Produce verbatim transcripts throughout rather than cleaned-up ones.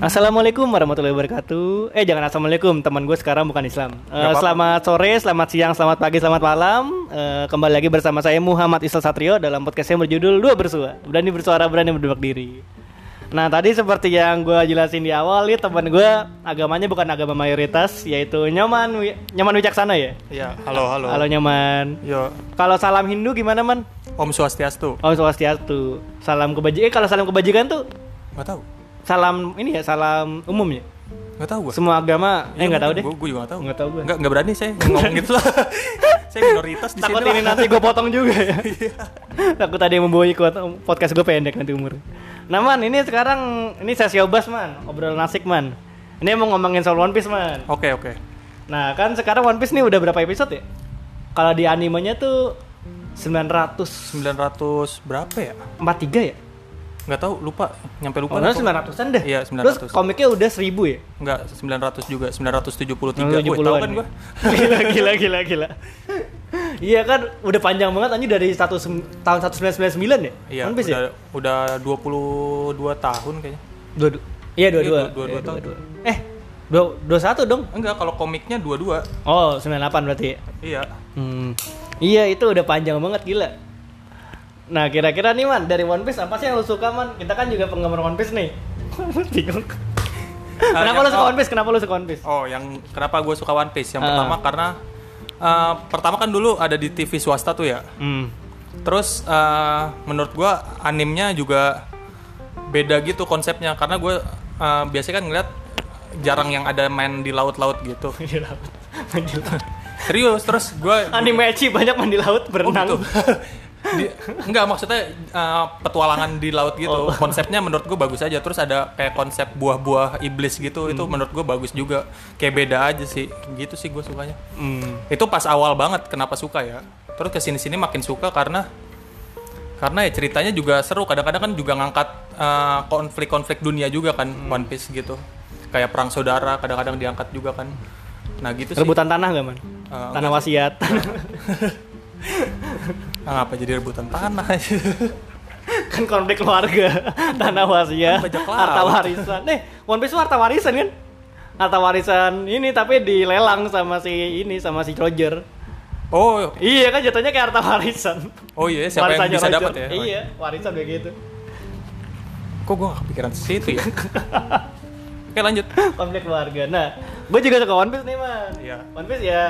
Assalamualaikum warahmatullahi wabarakatuh. Eh jangan assalamualaikum, teman gue sekarang bukan Islam. Uh, selamat sore, selamat siang, selamat pagi, selamat malam. Uh, kembali lagi bersama saya Muhammad Isal Satrio dalam podcast yang berjudul Dua Bersua. Berani bersuara, berani berdebak diri. Nah tadi seperti yang gue jelasin di awal, nih teman gue agamanya bukan agama mayoritas, yaitu Nyoman Nyoman Wicaksana ya. Iya. Halo halo. Halo Nyoman. Yo. Kalau salam Hindu gimana man? Om Swastiastu. Om Swastiastu. Salam kebajikan. Eh kalau salam kebajikan tuh? Gak tahu. Salam ini ya, salam umum ya? Gak tahu gue. Semua agama, eh nggak tahu deh. Gue juga nggak tahu. Nggak tahu gue. Nggak nggak berani saya ngomong gitu lah. Saya minoritas di sini. Takut ini nanti gue potong juga ya. Takut tadi yang membawa ikut podcast gue pendek nanti umur. Nah man, ini sekarang ini sesi obas man, obrolan asik man. Ini mau ngomongin soal One Piece man. Oke oke. Nah kan sekarang One Piece nih udah berapa episode ya? Kalau di animenya tuh sembilan ratus sembilan ratus berapa ya? empat puluh tiga ya? Nggak tahu, lupa. Nyampe lupa. Oh, sembilan ratusan deh. Iya, sembilan ratus. Terus komiknya udah seribu ya? Enggak, sembilan ratus juga, sembilan ratus tujuh puluh tiga. Gue tahu kan gue. Gila gila gila gila. Iya kan udah panjang banget anjir dari satu tahun seribu sembilan ratus sembilan puluh sembilan ya? Iya, One Piece udah, ya? udah dua puluh dua tahun kayaknya. Dua, du- iya dua dua. Iya, dua- dua Eh, tahun. dua. Eh, dua dua satu dong. Enggak, kalau komiknya dua puluh dua. Oh, sembilan puluh delapan berarti ya? Iya. Hmm. Iya, itu udah panjang banget gila. Nah, kira-kira nih man, dari One Piece apa sih yang lu suka man? Kita kan juga penggemar One Piece nih. Bingung. Kenapa yang- lu suka oh. One Piece? Kenapa lu suka One Piece? Oh, yang kenapa gue suka One Piece? Yang Ah. pertama karena uh, pertama kan dulu ada di T V swasta tuh ya. Hmm. Terus uh, menurut gue animenya juga beda gitu konsepnya, karena gue uh, biasanya kan ngeliat jarang yang ada main di laut-laut gitu. Mandi laut. Mandi laut. Serius, terus gue Anime ecchi banyak mandi laut berenang. Oh, gitu. Di, enggak maksudnya uh, petualangan di laut gitu. Oh. Konsepnya menurut gue bagus aja. Terus ada kayak konsep buah-buah iblis gitu. Hmm. Itu menurut gue bagus juga. Kayak beda aja sih. Gitu sih gue sukanya. Hmm. Itu pas awal banget kenapa suka ya. Terus kesini-sini makin suka karena karena ya ceritanya juga seru. Kadang-kadang kan juga ngangkat uh, konflik-konflik dunia juga kan. Hmm. One Piece gitu. Kayak perang saudara kadang-kadang diangkat juga kan. Nah gitu sih. Rebutan tanah gak man? Uh, tanah wasiat. Nah, apa jadi rebutan tanah? Kan konflik keluarga, tanah wasiat, Bajak laut. harta warisan. Eh, One Piece itu harta warisan kan? Harta warisan ini tapi dilelang sama si ini sama si Roger. Oh, Iya kan jatuhnya kayak harta warisan. oh iya, siapa yang Warisannya bisa Roger. dapat ya? Iya, warisan kayak gitu. Kok gue gak kepikiran situ ya? Oke lanjut. Konflik keluarga. Nah, gue juga suka One Piece nih man. Iya. One Piece ya.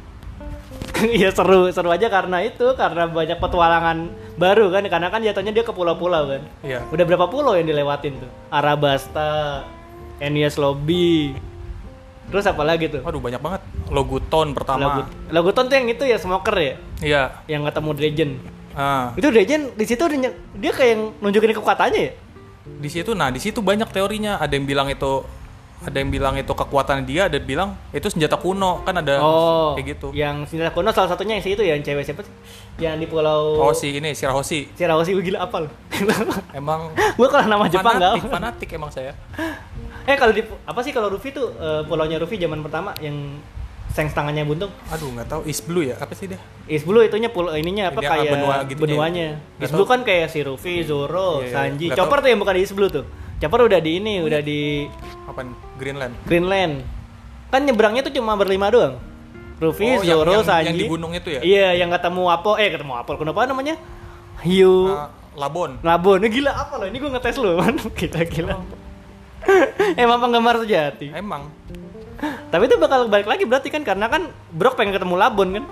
Iya seru, seru aja karena itu, karena banyak petualangan baru kan, karena kan jatuhnya dia ke pulau-pulau kan. Iya. Udah berapa pulau yang dilewatin tuh? Arabasta, Enies Lobby, terus apa lagi tuh? Waduh banyak banget. Loguton pertama. Lagu, Laguton tuh yang itu ya, smoker ya, Iya. yang ketemu Dragon. Ah, Itu Dragon di situ dia, dia kayak yang nunjukin kekuatannya ya. di situ, nah di situ banyak teorinya. Ada yang bilang itu, ada yang bilang itu kekuatan dia, ada yang bilang itu senjata kuno kan ada Oh, kayak gitu. Yang senjata kuno salah satunya yang si itu ya, yang cewek siapa sih? Yang di pulau. Oh si ini Shirahoshi. Shirahoshi, gue gila apa loh? Emang Gue kalau nama Jepang nggak fanatik, apa. fanatik emang saya. Eh kalau di apa sih kalau Luffy tuh eh, pulaunya Luffy zaman pertama yang Shanks tangannya buntung. Aduh nggak tahu. East Blue ya apa sih dia? East Blue itunya pulau ininya apa Ini, ah, kayak benua gitunya benuanya. ya? Nggak East Blue tahu. kan kayak si Luffy, Zoro, Iya, iya. Sanji. Nggak Chopper tahu. tuh yang bukan di East Blue tuh. Chopper udah di ini, udah di Apa? Greenland. Greenland. Kan nyebrangnya tuh cuma berlima doang. Luffy, Oh, yang- Zoro, yang- Sanji. yang di gunung itu ya? Iya, yang ketemu Apo, eh ketemu Apo. Kenapa namanya? Hiu. Ah, Labon. Labon. Ini gila apa loh? Ini gue ngetes lu, man. Gila-gila. Emang penggemar sejati. Emang. Tapi itu bakal balik lagi berarti kan, karena kan Brock pengen ketemu Labon kan?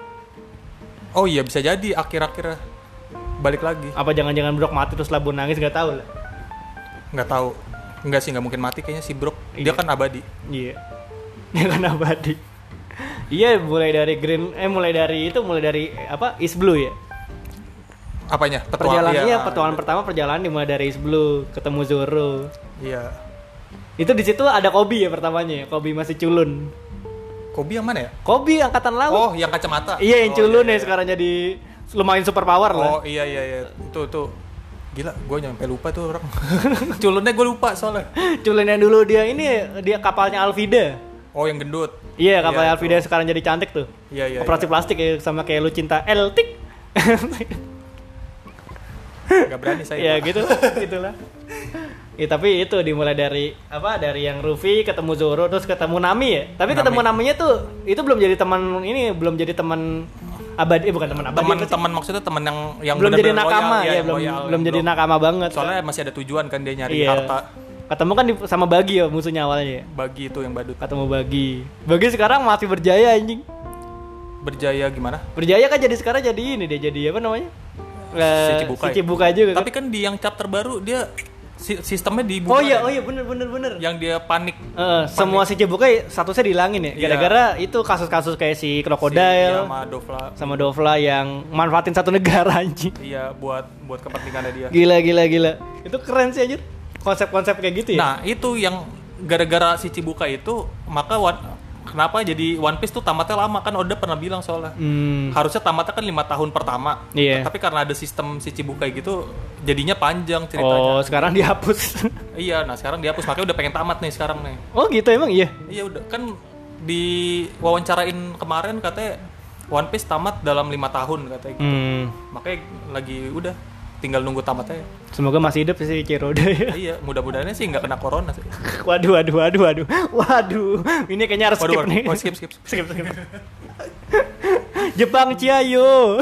Oh iya bisa jadi akhir-akhir balik lagi. Apa jangan-jangan Brock mati terus Labon nangis, nggak tahu lah. Nggak tahu. Nggak sih, nggak mungkin mati kayaknya si Brook. Dia Iya. kan abadi. Iya. Dia kan abadi. Iya, mulai dari Green eh mulai dari itu mulai dari eh, apa? East Blue ya. Apanya? Perjalanannya iya. petualangan pertama perjalanan dimulai dari East Blue, ketemu Zoro. Iya. Itu di situ ada Kobe ya pertamanya, ya. Kobe masih culun. Kobe yang mana ya? Kobe angkatan laut. Oh, yang kacamata. Iya, yang Oh, culun iya, ya iya. sekarang jadi lumayan super power lah. Oh iya iya iya. Itu tuh. Gila, gue nyampe lupa tuh orang. Culunnya gue lupa soalnya. Culun yang dulu dia ini dia kapalnya Alvida. Oh, yang gendut. Iya, kapal Iya, Alvida itu. sekarang jadi cantik tuh. Iya iya. Operasi iya. plastik ya, sama kayak lu cinta Eltik. Gak berani saya. Ya Pak. gitu, gitulah. Ya, tapi itu dimulai dari apa? Dari yang Luffy ketemu Zoro terus ketemu Nami ya. Tapi Nami. ketemu Naminya tuh itu belum jadi teman ini, belum jadi teman abadi, eh, bukan teman abadi. Teman-teman maksudnya teman yang yang belum jadi benar-benar nakama loyal, ya, yang belum loyal, belum yang jadi nakama banget. Soalnya masih ada tujuan kan dia nyari Iya. harta. Ketemu kan di, sama Bagi ya musuhnya awalnya. Bagi itu yang badut. Ketemu Bagi. Bagi sekarang masih berjaya anjing. Berjaya gimana? Berjaya kan jadi sekarang jadi ini dia jadi apa namanya? Si Chibukai. Si Chibukai juga. Tapi kan di yang chapter baru dia si- sistemnya dibuka. Oh iya, kan? oh iya bener bener bener. Yang dia panik. Uh, semua si Chibukai statusnya dihilangin ya. Iya. Gara-gara itu kasus-kasus kayak si Si- Crocodile iya, sama Dofla. sama Dofla yang manfaatin satu negara anjing. Iya, buat buat kepentingannya dia. Gila gila gila. Itu keren sih anjir. Konsep-konsep kayak gitu ya. Nah, itu yang gara-gara si Chibukai itu maka one, kenapa jadi One Piece tuh tamatnya lama kan Oda pernah bilang soalnya. Hmm. Harusnya tamatnya kan lima tahun pertama. Iya. Tapi karena ada sistem si Chibukai gitu jadinya panjang ceritanya. Oh, sekarang dihapus. Iya, nah sekarang dihapus makanya udah pengen tamat nih sekarang nih. Oh, gitu emang iya. Iya udah kan di wawancarain kemarin katanya One Piece tamat dalam lima tahun katanya gitu. Hmm. Makanya lagi udah tinggal nunggu tamatnya. Semoga masih hidup sih Ciroda ya. Iya, mudah-mudahan sih nggak kena corona sih. Waduh, waduh, waduh, waduh. Waduh. Ini kayaknya harus Waduh, skip waduh. nih. Oh, skip, skip. skip, skip. Jepang Ciayo.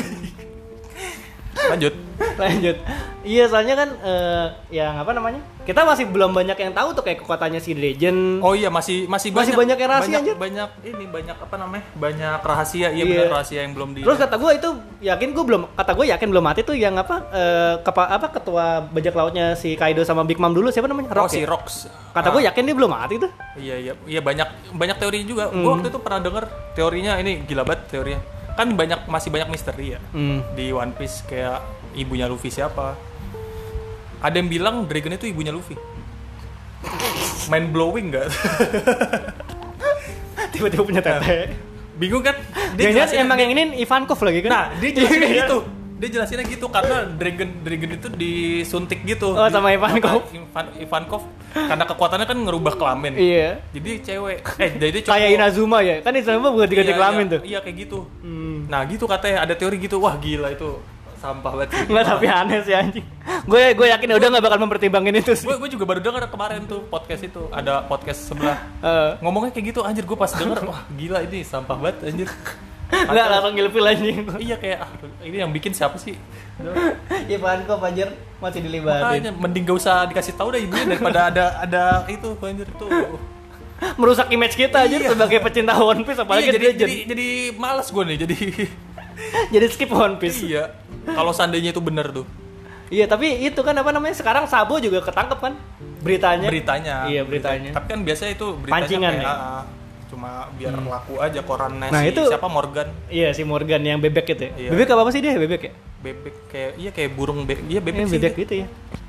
Lanjut. Lanjut. Iya, soalnya kan eh, yang apa namanya? Kita masih belum banyak yang tahu tuh kayak kekuatannya si Legend. Oh iya masih masih Masih banyak banyak yang rahasia, banyak, anjir. banyak ini banyak apa namanya? Banyak rahasia. Iya Iya. benar rahasia yang belum di. Terus kata gue itu yakin gue belum kata gue yakin belum mati tuh yang apa eh, kepa, apa ketua bajak lautnya si Kaido sama Big Mom dulu siapa namanya? Oh Rock si ya? Rox. Kata gue yakin dia belum mati tuh. Iya iya iya banyak banyak teori juga. Hmm. Gue waktu itu pernah denger teorinya ini gila banget teorinya. Kan banyak masih banyak misteri ya Hmm. di One Piece kayak ibunya Luffy siapa. Ada yang bilang Dragon itu ibunya Luffy. Mind blowing nggak? Tiba-tiba punya tete. Bingung kan? Jangan jelasinnya- emang yang ini Ivankov lagi kan? Nah, dia jelasinnya Iya. gitu. Dia jelasinnya gitu karena Dragon Dragon itu disuntik gitu. Oh, sama Di- Ivankov. sama Ivan, Ivankov karena kekuatannya kan ngerubah kelamin. Iya. Jadi cewek. Eh, jadi cowok. Kayak Inazuma ya. Kan Inazuma bukan diganti Iya, kelamin iya, tuh. Iya kayak gitu. Hmm. Nah, gitu katanya ada teori gitu. Wah, gila itu sampah banget. sih. Enggak, tapi aneh sih anjing. Gue gue yakin udah enggak bakal mempertimbangin itu sih. Gue gue juga baru dengar kemarin tuh podcast itu ada podcast sebelah Eh, ngomongnya kayak gitu anjir gue pas denger wah gila ini sampah banget anjir. enggak langsung ngilfil anjing. Iya kayak ah, ini yang bikin siapa sih? Ivankov anjir masih Makanya dilibatin. mending gak usah dikasih tahu dah ibunya daripada ada ada itu anjir tuh. Merusak image kita anjir Iya. sebagai pecinta One Piece apalagi Iya, jadi, Legend. jadi jadi malas gue nih jadi Jadi skip One Piece. iya kalau seandainya itu bener tuh Iya, tapi itu kan apa namanya? Sekarang Sabo juga ketangkep kan beritanya. beritanya. Iya, beritanya. Tapi kan biasanya itu beritanya Pancingan kayak, ya? ah, ah, cuma biar laku aja korannya Nah, si itu- siapa Morgan Iya, si Morgan yang bebek itu. Ya? Iya. Bebek apa sih dia? Bebek ya? bebek kayak iya kayak burung be iya bebek Iya, sih bebek dia. gitu ya.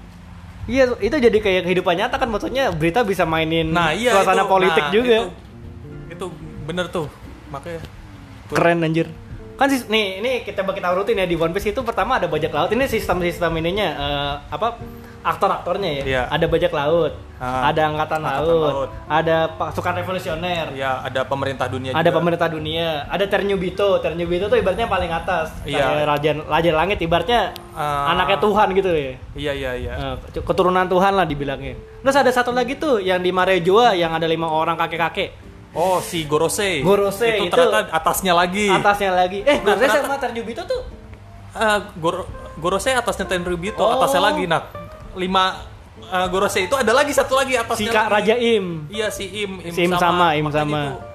Iya, itu jadi kayak kehidupan nyata kan maksudnya berita bisa mainin Nah iya suasana itu, politik nah, juga. itu, itu bener tuh makanya tuh. Keren anjir. Kan sis- nih ini kita kita rutin ya di One Piece itu pertama ada bajak laut. Ini sistem-sistem ininya eh, apa aktor-aktornya ya. Iya. Ada bajak laut, Ah, ada angkatan, angkatan laut, laut. ada pasukan revolusioner, Ya ada pemerintah dunia ada juga. pemerintah dunia, ada Ternyubito. Ternyubito tuh ibaratnya paling atas. Iya. Kayak raja raja langit ibaratnya Ah. anaknya Tuhan gitu ya. Iya iya iya. Eh, keturunan Tuhan lah dibilangnya. Terus ada satu lagi tuh yang di Marejoa yang ada lima orang kakek-kakek. Oh si Gorose. Gorose, itu, itu ternyata atasnya lagi. Atasnya lagi. Eh, Nah, Gorose ternyata- sama Ternyubito tuh Eh, Gor Gorose atasnya Tenryubito, Oh. atasnya lagi. Nah lima eh, Gorose itu ada lagi satu lagi si atasnya. Kak lagi. Raja Im. Iya si Im, Im, Si Im sama, Im Makanya sama. Gitu,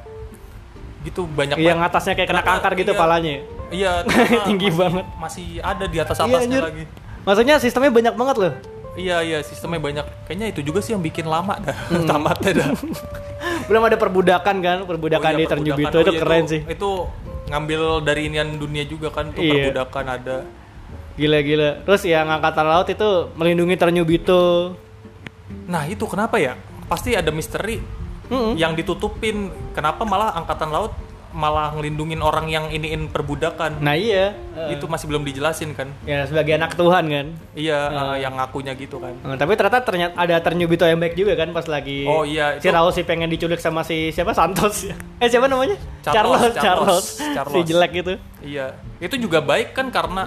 gitu banyak Yang banget. atasnya kayak kena Ternyata, kanker gitu iya. palanya. Iya, ternyata Tinggi masih, banget. Masih ada di atas Iya, atasnya anjir. lagi. Maksudnya sistemnya banyak banget loh. Iya iya sistemnya banyak. Kayaknya itu juga sih yang bikin lama dah. Hmm. Tamatnya dah. Belum ada perbudakan kan? Perbudakan Oh di iya, Ternyubito perbudakan. itu Oh iya, keren sih. Itu ngambil dari inian dunia juga kan tuh Iya. perbudakan ada. Gila-gila. Terus yang angkatan laut itu melindungi Ternyubito. Nah, itu kenapa ya? Pasti ada misteri Mm-mm. yang ditutupin. Kenapa malah angkatan laut malah ngelindungin orang yang iniin perbudakan? Nah iya. Eh, Itu masih belum dijelasin kan? ya sebagai anak Tuhan kan. Iya, eh, yang ngakunya gitu kan. Eh, tapi ternyata ternyata ada Ternyubito yang baik juga kan pas lagi Oh, iya, si itu- Raul si pengen diculik sama si siapa Santos ya. Eh siapa namanya? Charles, Charles, Charles, Charles. Charles. Si jelek itu. Iya, itu juga baik kan karena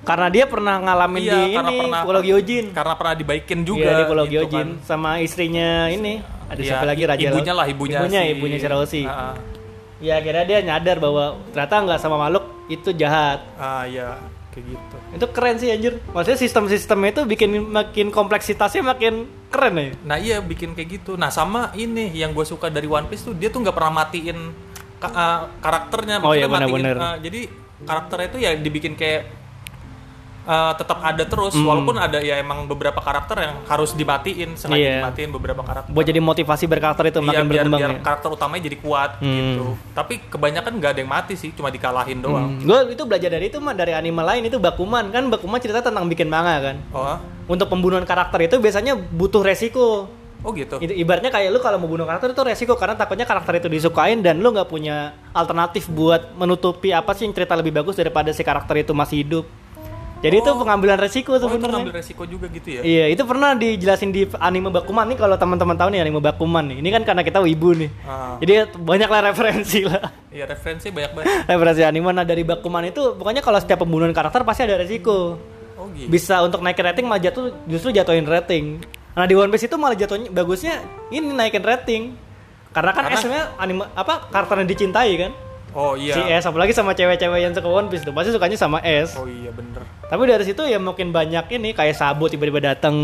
Karena dia pernah ngalamin Iya, di karena ini pernah- Pulau Gyojin. Karena pernah dibaikin juga. Iya di Pulau gitu Gyojin kan. sama istrinya ini. Ada Iya, siapa lagi i- raja ibunya laut? lah, ibunya ibunya, si- ibunya Shirahoshi. Ah, Ya akhirnya dia nyadar bahwa ternyata nggak sama makhluk itu jahat. ah ya kayak gitu. Itu keren sih anjir. Maksudnya sistem-sistemnya itu bikin makin kompleksitasnya makin keren ya. Nah iya bikin kayak gitu. Nah sama ini yang gue suka dari One Piece tuh dia tuh nggak pernah matiin ka- uh, karakternya. Oh iya, Maksudnya matiin, benar-benar. uh, jadi karakternya itu ya dibikin kayak uh, tetap ada terus. Hmm. Walaupun ada ya emang beberapa karakter yang harus dimatiin, sengaja Iya. dimatiin beberapa karakter. Buat jadi motivasi berkarakter itu Iya, makin biar, berkembang biar ya. karakter utamanya jadi kuat Hmm. gitu. Tapi kebanyakan nggak ada yang mati sih, cuma dikalahin doang. Hmm. Gue itu belajar dari itu mah dari anime lain itu Bakuman kan Bakuman cerita tentang bikin manga kan. Oh, Untuk pembunuhan karakter itu biasanya butuh resiko. oh gitu. Itu ibaratnya kayak lu kalau mau bunuh karakter itu resiko karena takutnya karakter itu disukain dan lu nggak punya alternatif buat menutupi apa sih yang cerita lebih bagus daripada si karakter itu masih hidup. Jadi itu Oh. pengambilan resiko Oh, itu sebenarnya. ngambil resiko juga gitu ya? Iya, itu pernah dijelasin di anime Bakuman nih kalau teman-teman tahu nih anime Bakuman nih. Ini kan karena kita wibu nih. Ah. Jadi banyak lah referensi lah. Iya referensi banyak banget. Referensi anime nah dari Bakuman itu pokoknya kalau setiap pembunuhan karakter pasti ada resiko. Oh gitu. Bisa untuk naikin rating malah jatuh justru jatuhin rating. Nah di One Piece itu malah jatuhnya bagusnya ini naikin rating. Karena kan Karena- S-nya anime apa karakternya dicintai kan. Oh iya. Si S apalagi sama cewek-cewek yang suka One Piece tuh pasti sukanya sama S. Oh iya bener. Tapi dari situ ya mungkin banyak ini kayak Sabo tiba-tiba datang.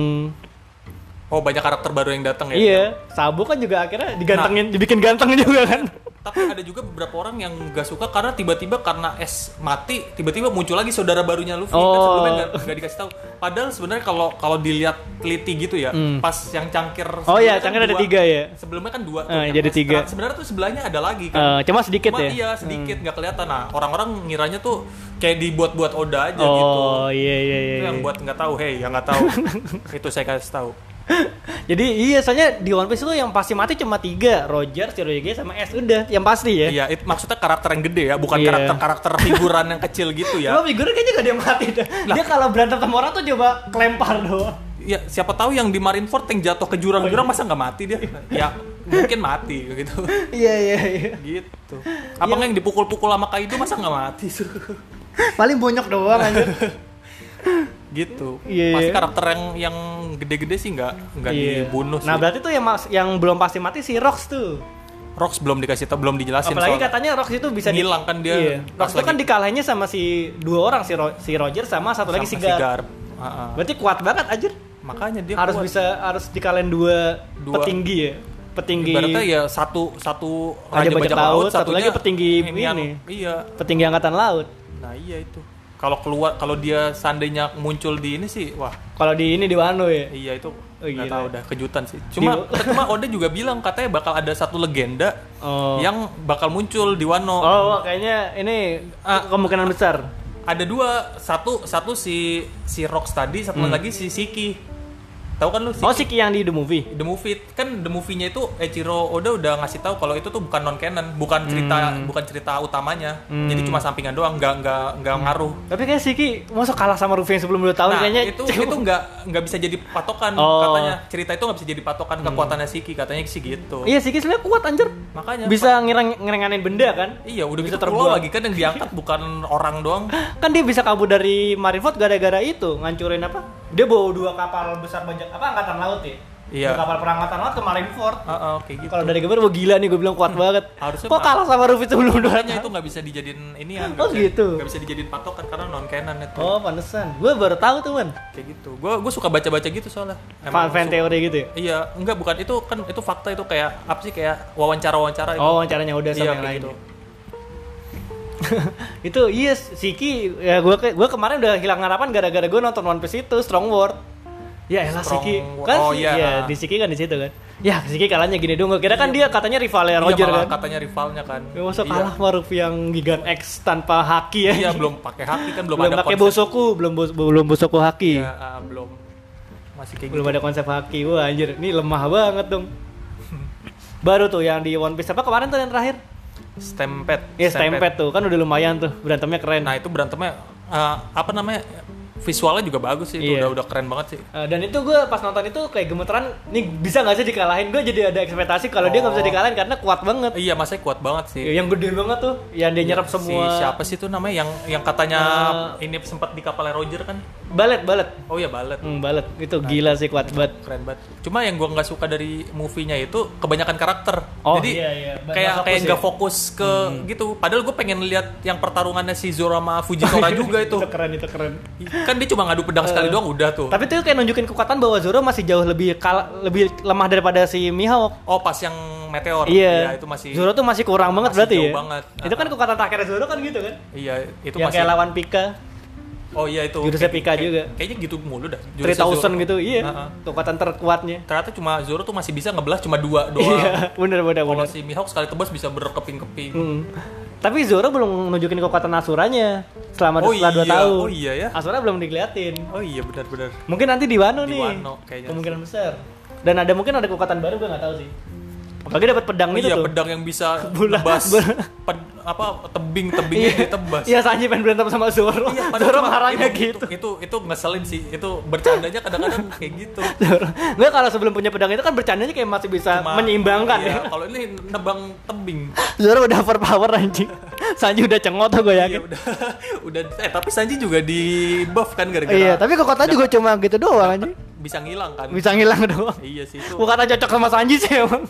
Oh banyak karakter baru yang datang ya? Iya, Sabo kan juga akhirnya digantengin, dibikin ganteng juga kan. Tapi ada juga beberapa orang yang gak suka karena tiba-tiba karena S mati, tiba-tiba muncul lagi saudara barunya Luffy kan Oh. sebelumnya gak, gak dikasih tahu. Padahal sebenarnya kalau kalau dilihat teliti gitu ya, Hmm. pas yang cangkir. Oh iya, sebelumnya kan cangkir ada dua. tiga ya. Sebelumnya kan dua. Tuh, Ah, yang jadi S tiga. terang. Sebenarnya tuh sebelahnya ada lagi kan. Eh, cuma sedikit Cuma ya. iya sedikit nggak kelihatan. Nah orang-orang ngiranya tuh kayak dibuat-buat Oda aja Oh gitu. iya iya iya. Itu yang iya. buat nggak tahu, hey yang nggak tahu. Itu saya kasih tahu. Jadi iya soalnya di One Piece itu yang pasti mati cuma tiga, Roger, Shirohige sama S udah yang pasti ya. Iya, itu maksudnya karakter yang gede ya, bukan Iya. karakter-karakter figuran yang kecil gitu ya. Cuma figurnya kayaknya gak ada yang mati dah. Dia kalau berantem sama orang tuh coba kelempar doang. Ya, siapa tahu yang di Marineford yang jatuh ke jurang-jurang masa nggak mati dia? Ya, mungkin mati gitu. Iya iya iya. Gitu. Apa nggak yang dipukul-pukul sama Kaido masa nggak mati? Paling bonyok doang anjir. Gitu. Iya, Pasti iya. karakter yang yang gede-gede sih nggak nggak Iya. dibunuh sih. Nah, berarti tuh yang mas- yang belum pasti mati si Rox tuh. Rox belum dikasih tahu, belum dijelasin Apalagi soalnya. katanya Rox itu bisa di- Ngilang kan dia Iya. pas Rox itu kan lagi- dikalahinnya sama si dua orang si, Ro- si Roger sama satu lagi si sama Gar. Garp. Ha-ha. Berarti kuat banget anjir. Makanya dia Harus kuat. bisa harus dikalahin dua, Dua. petinggi ya. Petinggi Ibaratnya ya satu satu Raja Bajak Laut, satu lagi petinggi yang- ini. Iya. petinggi angkatan laut. Nah iya itu. Kalau keluar kalau dia seandainya muncul di ini sih, wah Kalau di ini di Wano ya. iya itu Oh, nggak gila. tahu dah kejutan sih. Cuma cuma Oda juga bilang katanya bakal ada satu legenda Oh. yang bakal muncul di Wano. Oh, kayaknya ini Ah. kemungkinan besar. Ada dua, satu satu si si Rox tadi, satu Hmm. lagi si Siki. Tahu kan lu Siki? Oh, si Ki yang di The Movie. The Movie kan the movie-nya itu Eiichiro Oda udah ngasih tahu kalau itu tuh bukan non canon, bukan cerita Hmm. bukan cerita utamanya. Hmm. Jadi cuma sampingan doang, nggak nggak nggak ngaruh. Tapi kayak si Ki masuk kalah sama Ruffy yang sebelum dua tahun Nah, kayaknya. itu itu nggak nggak bisa jadi patokan Oh. katanya. Cerita itu nggak bisa jadi patokan kekuatannya Siki katanya sih gitu. Iya, si Ki sebenarnya kuat anjir. Makanya Bisa ngirang ngerenganin benda kan? Iya, udah bisa bisa terbuang terbang. lagi kan yang diangkat bukan orang doang. Kan dia bisa kabur dari Marineford gara-gara itu, ngancurin apa? Dia bawa dua kapal besar bajak apa angkatan laut ya? Iya. Dua kapal perang angkatan laut ke Marineford. Heeh, kayak gitu. Kalau dari gambar wah gila nih gue bilang kuat banget. Harusnya Kok Pak. kalah sama Ruffy sebelum dua Makanya tahun? itu nggak bisa dijadiin ini ya. Oh, gitu. Nggak bisa dijadiin patokan karena non canon itu. Oh, pantesan. Gue baru tahu tuh, Man. Kayak gitu. Gue gue suka baca-baca gitu soalnya. Fan, fan suka- teori gitu ya? Iya, enggak bukan itu kan itu fakta itu kayak apa sih kayak wawancara-wawancara itu. Oh, caranya udah sama Iya, yang kayak lain. gitu. Itu iya Siki ya gue gue kemarin udah hilang harapan gara-gara gue nonton One Piece itu Strong World. Ya elah Strong Siki World. kan Oh, si- iya. ya, di Siki kan di situ kan. Ya Siki kalahnya gini dong. Gue kira kan dia katanya rivalnya Roger Iya, malah kan. katanya rivalnya kan. Ya, masa Iya. kalah sama Ruffy yang Gigan X tanpa haki ya. Iya, belum pakai haki kan belum, belum ada pakai konsep. Bosoku, belum bos, belum Bosoku haki. Iya, ah, belum. Masih kayak Belum gitu. ada konsep haki. Wah anjir, ini lemah banget dong. Baru tuh yang di One Piece apa kemarin tuh yang terakhir? Stampede. Ya Stampede tuh kan udah lumayan tuh berantemnya keren. Nah, itu berantemnya eh, apa namanya? visualnya juga bagus sih, itu Iya. udah udah keren banget sih. Uh, dan itu gue pas nonton itu kayak gemeteran, nih bisa nggak sih dikalahin? Gue jadi ada ekspektasi kalau dia nggak bisa Oh. dikalahin karena kuat banget. Iya, masanya kuat banget sih. Yang gede banget tuh, yang dia nyerap Si semua. siapa sih tuh namanya yang yang katanya Uh, ini sempat di kapalnya Roger kan? Balet, balet. Oh iya, Balet. Hmm, balet. Itu gila sih, kuat banget. Keren banget. Cuma yang gua nggak suka dari movie-nya itu kebanyakan karakter. Oh, Jadi iya, iya. Ba- kayak nggak kayak fokus nggak ya? fokus ke gitu. Padahal gue pengen lihat yang pertarungannya si Zoro sama Fujitora juga itu. Itu keren, itu keren. Kan dia cuma ngadu pedang sekali doang udah tuh. Tapi itu kayak nunjukin kekuatan bahwa Zoro masih jauh lebih kal- lebih lemah daripada si Mihawk. Oh, pas yang meteor. Iya. itu masih Zoro tuh masih kurang banget masih berarti jauh ya. banget. Itu kan kekuatan terakhir Zoro kan gitu kan. Iya, itu Yang masih kayak lawan Pika, Oh iya itu. jurusnya kayak- Pika kayak- juga. Kayaknya gitu mulu dah. tiga Jurusnya ribu Zoro. gitu. Iya. Heeh. Kekuatan terkuatnya. Ternyata cuma Zoro tuh masih bisa ngebelah cuma dua doang. Iya, bener bener Kalau bener. si Mihawk sekali tebas bisa berkeping-keping. Hmm. Tapi Zoro belum nunjukin kekuatan Asuranya selama Oh setelah dua iya, tahun. oh iya ya. Asura belum dikeliatin. Oh iya benar-benar. Mungkin nanti di Wano Di nih. Wano kayaknya. Kemungkinan besar. Dan ada mungkin ada kekuatan baru gue nggak tahu sih. Apalagi dapat pedang Oh itu iya, tuh. pedang yang bisa Bola- nebas bola. ped- apa tebing-tebingnya ditebas. Iya, Sanji pengen berantem sama Zoro. Iya, padahal Zoro cuma- marahnya itu, gitu. Itu, itu itu ngeselin sih. Itu bercandanya kadang-kadang kayak gitu. Zoro. Nggak, kalau sebelum punya pedang itu kan bercandanya kayak masih bisa Cuma- menyeimbangkan iya, ya. Kalau ini nebang tebing. Zoro udah overpower anjing. Sanji udah cengot tuh gue Iya yakin. udah udah eh tapi Sanji juga di buff kan gara-gara Iya, tapi kekuatan juga cuma gitu doang anjing. bisa ngilang kan. Bisa ngilang doang. Iya sih itu. Bukan cocok sama Sanji sih emang.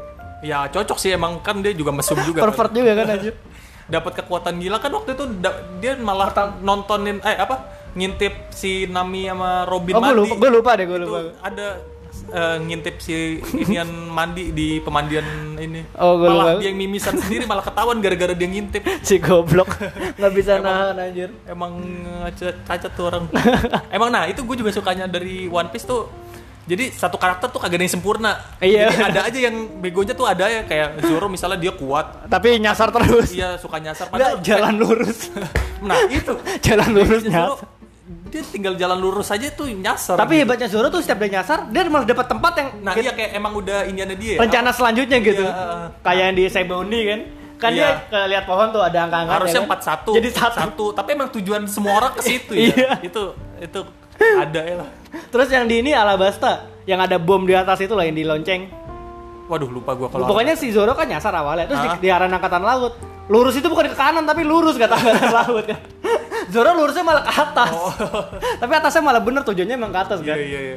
Ya cocok sih emang kan dia juga mesum juga. Pervert juga kan anjir. Dapat kekuatan gila kan waktu itu da- dia malah nontonin eh apa ngintip si Nami sama Robin Oh, gue mandi. lupa, gue lupa deh, gue Itu lupa. ada eh, ngintip si inian mandi di pemandian ini. Oh, gua malah lupa. dia yang mimisan sendiri malah ketahuan gara-gara dia ngintip. Si goblok nggak bisa nahan anjir. Emang cacat, cacat tuh orang. Emang nah itu gue juga sukanya dari One Piece tuh. Jadi satu karakter tuh kagak ada yang sempurna. Iya. Jadi ada aja yang begonya tuh ada ya kayak Zoro misalnya dia kuat. Tapi nyasar terus. Iya suka nyasar. Nggak, jalan lurus. Nah itu. Jalan lurus Zoro, nyasar. dia tinggal jalan lurus aja tuh nyasar. Tapi gitu. hebatnya Zoro tuh setiap dia nyasar, dia malah dapat tempat yang Nah gitu- iya kayak emang udah iniannya dia. rencana selanjutnya gitu. Iya. Kayak yang di Seboni kan. Kan Iya. dia ke lihat pohon tuh ada angka-angka. Harusnya ya kan? empat satu. Jadi satu. Tapi emang tujuan semua orang ke situ ya. Iya. Itu itu ada ya lah. Terus yang di ini Alabasta, yang ada bom di atas itu lah yang di lonceng. Waduh lupa gua kalau. Pokoknya si Zoro kan nyasar awalnya, terus di, Hah? di arah angkatan laut. Lurus itu bukan ke kanan tapi lurus kata angkatan laut kan. Zoro lurusnya malah ke atas. Oh. Tapi atasnya malah bener tujuannya emang ke atas Iya kan. iya iya.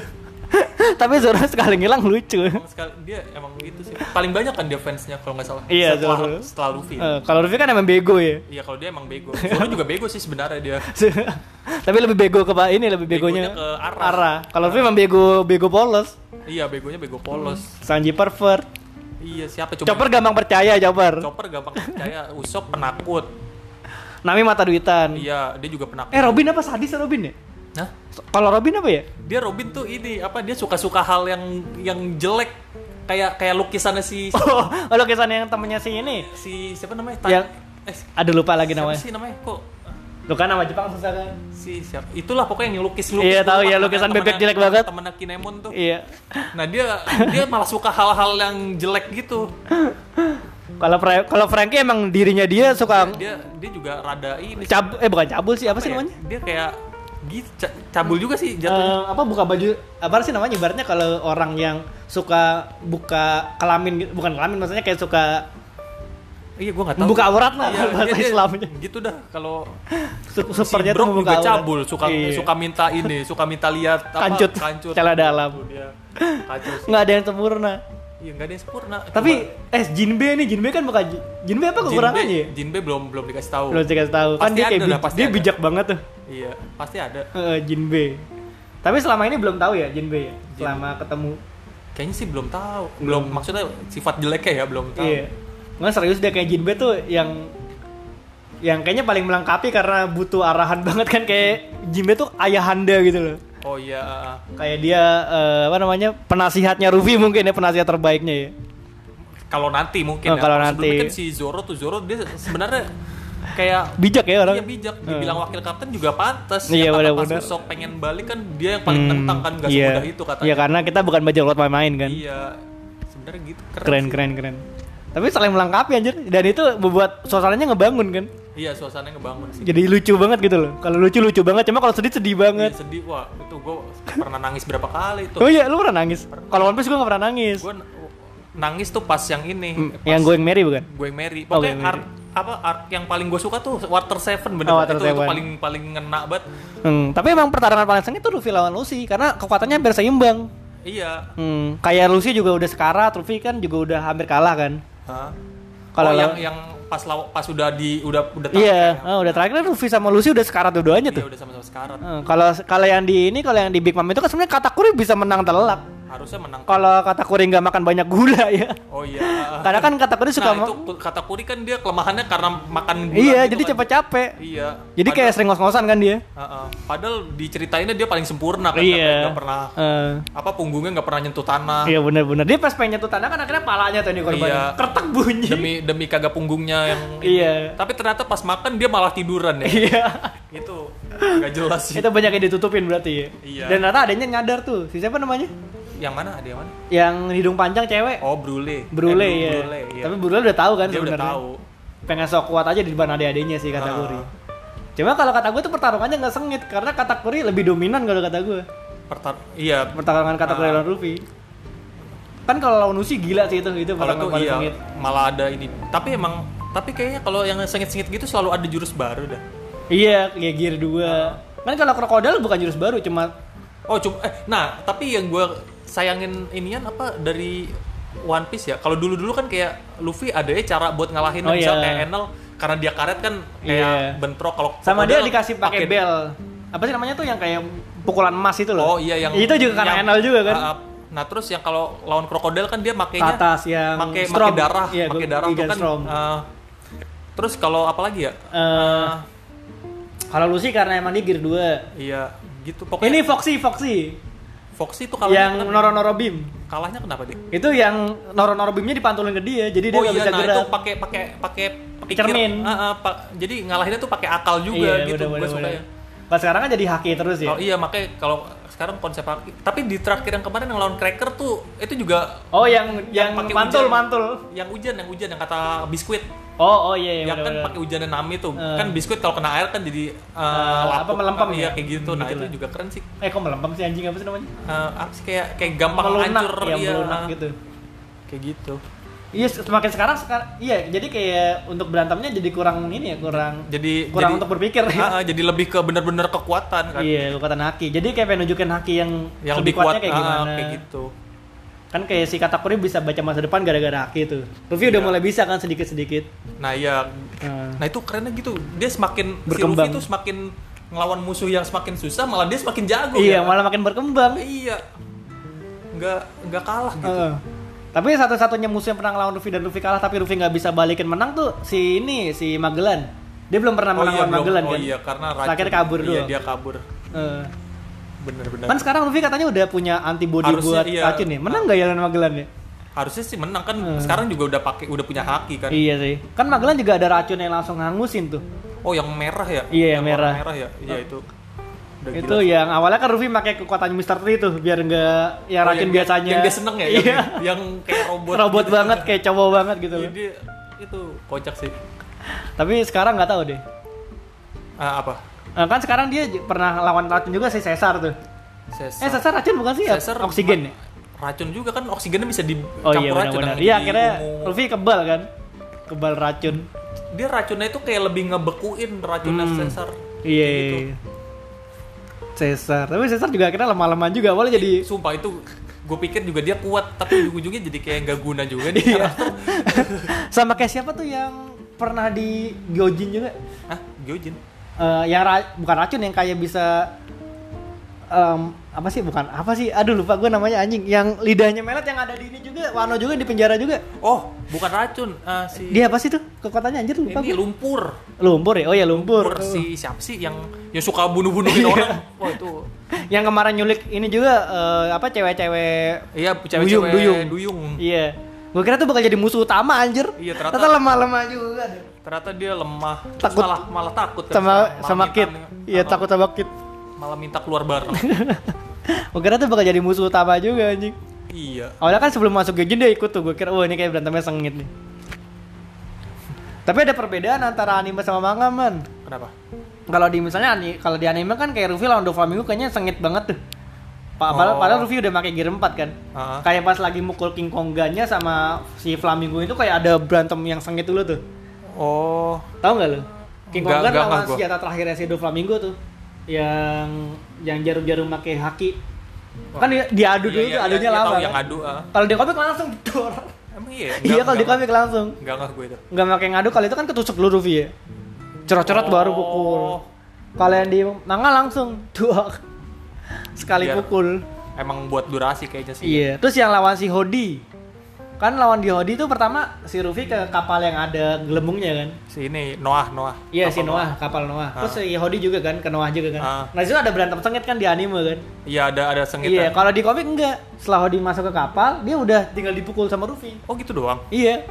Tapi Zoro sekali ngilang lucu. Emang sekali dia emang gitu sih. Paling banyak kan dia fansnya kalau nggak salah. Iya, setelah, Zoro. setelah Luffy. Ya. Eh, kalau Luffy kan emang bego ya. Iya kalau dia emang bego. Zoro juga bego sih sebenarnya dia. Tapi lebih bego ke Pak ini lebih begonya, Begonya ke arah. Kalau Luffy emang bego bego polos. Iya begonya bego polos. Sanji pervert. Iya siapa coba? Chopper gampang percaya, Chopper. Chopper gampang percaya. Usopp penakut. Nami mata duitan. Iya dia juga penakut. Eh Robin apa sadis Robin ya? Hah? Kalau Robin apa ya? Dia Robin tuh ini apa dia suka-suka hal yang yang jelek kayak kayak lukisannya si Oh, lukisan yang temennya si ini. si siapa namanya? Yang eh, Aduh lupa lagi siapa namanya. sih namanya? Kok Lu kan nama Jepang susah kan? si siapa? Itulah pokoknya yang lukis lukis. Iya, tahu ya, lukisan bebek jelek banget. Temennya Kinemon tuh. Iya. Nah dia dia malah suka hal-hal yang jelek gitu. Kalau Fra- kalau Frankie emang dirinya dia suka Dia dia juga rada ini. cab eh bukan cabul sih, apa sih ya? namanya? Dia kayak gitu ca- cabul juga sih jatuhnya. Eh, apa buka baju apa sih namanya ibaratnya kalau orang yang suka buka kelamin gitu, bukan kelamin maksudnya kayak suka Iya gua nggak tahu. membuka aurat lah Iya, bahasa dia- dia Islamnya. Gitu dah kalau Su- si Supernya tuh Brock membuka juga aurat. cabul, suka Iya. suka minta ini, suka minta lihat apa Kancut, kancut. celah dalam. Tuh dia. Kacau sih. Nggak ada yang sempurna. Iya nggak ada yang sempurna. Tapi eh Jinbe nih, Jinbe kan bukan Jinbe apa Cuma kekurangannya ya? Jinbe, Jinbe belum belum dikasih tahu. Belum dikasih tahu. Kan Pasti dia kayak ada bij- lah, pasti dia ada. bijak banget tuh. Iya, pasti ada. Eh, Jinbe. Tapi selama ini belum tahu ya Jinbe ya. Selama ketemu. Kayaknya sih belum tahu. Belum maksudnya sifat jeleknya ya belum tahu. Iya. Nggak serius deh kayak Jinbe tuh yang yang kayaknya paling melengkapi karena butuh arahan banget kan kayak Jinbe tuh ayahanda gitu loh. Oh iya. Kayak dia eh, apa namanya penasihatnya Ruffy mungkin ya penasihat terbaiknya ya. Kalau nanti mungkin Oh, ya. kalau Sebelumnya nanti. kan si Zoro tuh Zoro dia sebenarnya kayak Bijak ya orang. Iya bijak, dibilang wakil kapten juga pantas. Iya, Yang kata benar-benar. pas Usopp pengen balik kan dia yang paling Hmm, nentang kan gak iya. semudah itu katanya. Iya karena kita bukan bajak laut main-main kan. Iya, sebenarnya gitu keren. Keren sih. keren keren. Tapi saling melengkapi anjir dan itu membuat suasananya ngebangun kan. Iya, suasananya ngebangun sih. Jadi lucu banget gitu loh. Kalau lucu lucu banget, cuma kalau sedih sedih banget. Iya, sedih. Wah, itu gue pernah nangis berapa kali tuh. Oh iya, lu pernah nangis? Kalau One Piece gue gak pernah nangis. Gue nangis tuh pas yang ini. Hmm, pas yang Going Merry bukan? Going Merry. Oh, Pokoknya Going Merry. arc, apa arc yang paling gue suka tuh Water Seven bener. Oh, Water itu, itu Seven. paling paling ngena banget. Hmm, tapi emang pertarungan paling sengit tuh Luffy lawan Lucy karena kekuatannya hampir seimbang. Iya. Hmm, kayak Lucy juga udah sekarat, Luffy kan juga udah hampir kalah kan. Hah? Kalau oh, yang law- yang pas law, pas udah di udah udah Iya, ya. oh, udah terakhir kan Luffy sama Lucy udah sekarat dua-duanya Iya, tuh. udah sama-sama sekarang. Hmm, kalau kalau yang di ini kalau yang di Big Mom itu kan sebenarnya Katakuri bisa menang telak. Harusnya menang. Kalau Katakuri nggak makan banyak gula ya. Oh iya. Karena kan Katakuri suka Nah, ma- itu Katakuri kan dia kelemahannya karena makan gula Iya, gitu jadi kan. cepet capek. Iya. Jadi kayak sering ngos-ngosan kan dia. Uh-uh. Padahal diceritainnya dia paling sempurna kan, Iya. nggak pernah Eh, apa punggungnya nggak pernah nyentuh tanah. iya benar-benar. Dia pas pengen nyentuh tanah kan akhirnya palanya tuh ini korbannya. Iya. Kertek bunyi. Demi demi kagak punggungnya yang Iya. Tapi ternyata pas makan dia malah tiduran ya. Iya. Itu nggak jelas sih. Itu banyak yang ditutupin berarti ya. Iya. Dan ternyata adanya nyadar tuh. Si siapa namanya? Yang mana? Ada yang mana? Yang hidung panjang cewek. Oh, Brule. Brule Eh, ya. Brule, iya. Tapi Brule udah tahu kan Dia udah sebenarnya. tahu. Pengen sok kuat aja di depan adik-adiknya sih Katakuri. Ah. Cuma kalau kata gue tuh pertarungannya nggak sengit karena Katakuri lebih dominan kalau kata gue. Pertar iya. Pertarungan Katakuri Ah. lawan Luffy. Kan kalau lawan Luffy gila sih itu itu Kalau pertarungan tuh paling iya, sengit. malah ada ini. Tapi emang tapi kayaknya kalau yang sengit-sengit gitu selalu ada jurus baru dah. Iya, kayak Gear dua. Kan kalau Crocodile bukan jurus baru cuma Oh, cuma eh nah, tapi yang gue sayangin inian apa dari One Piece ya. Kalau dulu-dulu kan kayak Luffy ada ya cara buat ngalahin Oh, misal iya. kayak Enel karena dia karet kan kayak Iya. bentrok kalau sama dia Crocodile dikasih pakai bel. Apa sih namanya tuh yang kayak pukulan emas itu loh. Oh iya yang itu juga karena yang- Enel juga kan. uh, nah terus yang kalau lawan krokodil kan dia Ke makainya atas yang pakai Storm. pakai darah, Iya, pakai gua- darah tuh Gigan kan. Storm. uh, terus kalau apa lagi ya? Eh, kalau Lucy karena emang dia Gear dua. Iya, gitu pokoknya. Ini Foxy, Foxy. Foxy tuh kalahnya Yang kenapa? noro-noro beam. kalahnya kenapa dia? Itu yang noro-noro beamnya dipantulin ke dia, jadi dia Oh nggak iya, bisa nah gerak. itu pakai pakai pakai pikir- cermin. Uh, uh, pa- jadi ngalahinnya tuh pakai akal juga gitu. Gue suka ya. Pas sekarang kan jadi haki terus ya. Oh iya, makanya kalau sekarang konsep haki. Tapi di terakhir yang kemarin yang lawan Cracker tuh itu juga Oh yang yang, pakai mantul hujan. mantul. yang hujan, yang hujan yang kata biskuit. Oh oh iya iya. Yang kan bener-bener. pakai hujannya Nami tuh. Eh. Kan biskuit kalau kena air kan jadi uh, Eh, apa, lapuk. melempem Iya ya? kayak gitu. Nah, Gitu itu lah. juga keren sih. Eh kok melempem sih anjing apa sih namanya? Uh, apa sih kayak kayak gampang Melunak, hancur ya, iya. melunak gitu. Kayak gitu. Iya semakin sekarang sekarang iya jadi kayak untuk berantemnya jadi kurang ini ya kurang Jadi kurang jadi, untuk berpikir. Ah, ah, jadi lebih ke bener-bener kekuatan kan. Iya kekuatan haki. Jadi kayak pengen nunjukin haki yang, Yang lebih kuat kayak ah, gimana. kayak gitu. Kan kayak si Katakuri bisa baca masa depan gara-gara haki tuh. Luffy udah Iya. mulai bisa kan sedikit-sedikit. Nah, iya. Hmm. Nah, itu kerennya gitu. Dia semakin Berkembang. si Luffy tuh semakin ngelawan musuh yang semakin susah, malah dia semakin jago Iya ya. malah makin berkembang. Iya. Nggak nggak kalah gitu. Heeh. Tapi satu-satunya musuh yang pernah ngelawan Luffy dan Luffy kalah tapi Luffy nggak bisa balikin menang tuh si ini si Magellan. Dia belum pernah Oh menang iya, lawan belum. Magellan Oh kan. iya, karena Terakhir kabur Iya, doang. dia kabur. Eh. Bener-bener. Kan sekarang Luffy katanya udah punya antibody Harusnya buat iya. racun ya. Menang nggak ya lawan Magellan ya? Harusnya sih menang kan. Hmm. Sekarang juga udah pakai udah punya haki kan. Iya sih. Kan Magellan juga ada racun yang langsung hangusin tuh. Oh, yang merah ya? Iya, yang warna merah. merah ya. Iya, itu. Udah Itu gila. yang awalnya kan Luffy pakai kekuatan mister Tree tuh biar nggak yang Oh, racun yang dia- biasanya. Yang dia seneng ya, Iya. yang, yang kayak robot. Robot gitu. banget kayak cowok banget gitu. Iya, dia itu kocak sih. Tapi sekarang nggak tahu deh. Ah, apa? Eh, kan sekarang dia j- pernah lawan racun juga si Caesar tuh. Sesar. Eh Caesar racun bukan sih ya? Caesar Oksigen ya? Racun juga kan, oksigennya bisa Oh dicampur iya racun. benar-benar. yang Iya jadi akhirnya ungu. Luffy kebal kan. Kebal racun. Dia racunnya itu kayak lebih ngebekuin racunnya Hmm. Caesar. Iya. Kayak gitu. Caesar. Tapi Caesar juga akhirnya lemah-lemah juga. Awalnya jadi Sumpah itu gue pikir juga dia kuat, tapi ujung-ujungnya jadi kayak nggak guna juga nih. Iya. Sama kayak siapa tuh yang pernah di Gyojin juga? Hah? Gyojin? Eh, yang ra- bukan racun yang kayak bisa em, apa sih bukan apa sih aduh lupa gue namanya anjing yang lidahnya melet yang ada di ini juga Wano juga di penjara juga Oh, bukan racun. Ah, si dia apa sih tuh kekuatannya anjir lupa ini gue. lumpur. Lumpur ya oh ya lumpur, Lumpur si siapa sih yang yang suka bunuh-bunuhin Iya. orang? Oh, itu. yang kemarin nyulik ini juga eh, apa cewek-cewek Iya, cewek-cewek Duyung, duyung. duyung. iya gue kira tuh bakal jadi musuh utama anjir Iya, ternyata- lemah-lemah juga deh. Ternyata dia lemah. Terus Takut. malah malah takut kan sama sekarang. Malah sama minta Kid nih, iya ah, takut sama Kid malah minta keluar bareng. gue kira tuh bakal jadi musuh utama juga anjing Iya. awalnya kan sebelum masuk Gyojin dia ikut tuh gue kira wah ini kayak berantemnya sengit nih Tapi ada perbedaan antara anime sama manga, man. Kenapa? Kalau di misalnya ani- kalau di anime kan kayak Luffy lawan Doflamingo kayaknya sengit banget tuh. Pa- Padahal, Oh. padahal Luffy udah pakai gear empat kan. Uh-huh. Kayak pas lagi mukul King Konganya sama si Flamingo itu kayak ada berantem yang sengit dulu tuh. Oh, Tahu nggak lu? King Kong Nggak- kan nggak lawan ngeh gua. senjata terakhirnya si Doflamingo tuh. Yang yang jarum-jarum pakai haki. Kan dia diadu iya, dulu iya, tuh, adunya iya, iya, lama. tahu kan? yang adu. ah. Kalau di komik langsung dor. Emang iya? Iya kalau di komik langsung. Enggak enggak gue itu. Nggak pakai ngadu, kalau itu kan ketusuk dulu Luffy ya. Cerot-cerot Oh. baru pukul. Kalau yang di manga langsung dua sekali Biar- pukul. Emang buat durasi kayaknya sih. Iya. Terus yang lawan si Hodi, kan lawan di Hodi itu pertama si Luffy ke kapal yang ada gelembungnya kan. Si ini Noah, Noah. Iya Kapal si Noah, kapal Noah. Ah. Terus si Hodi juga kan, ke Noah juga kan. Ah. Nah di situ ada berantem sengit kan di anime kan. Iya, ada ada sengit. Iya. Kalau di komik enggak. Setelah Hodi masuk ke kapal, dia udah tinggal dipukul sama Luffy. Oh gitu doang. Iya.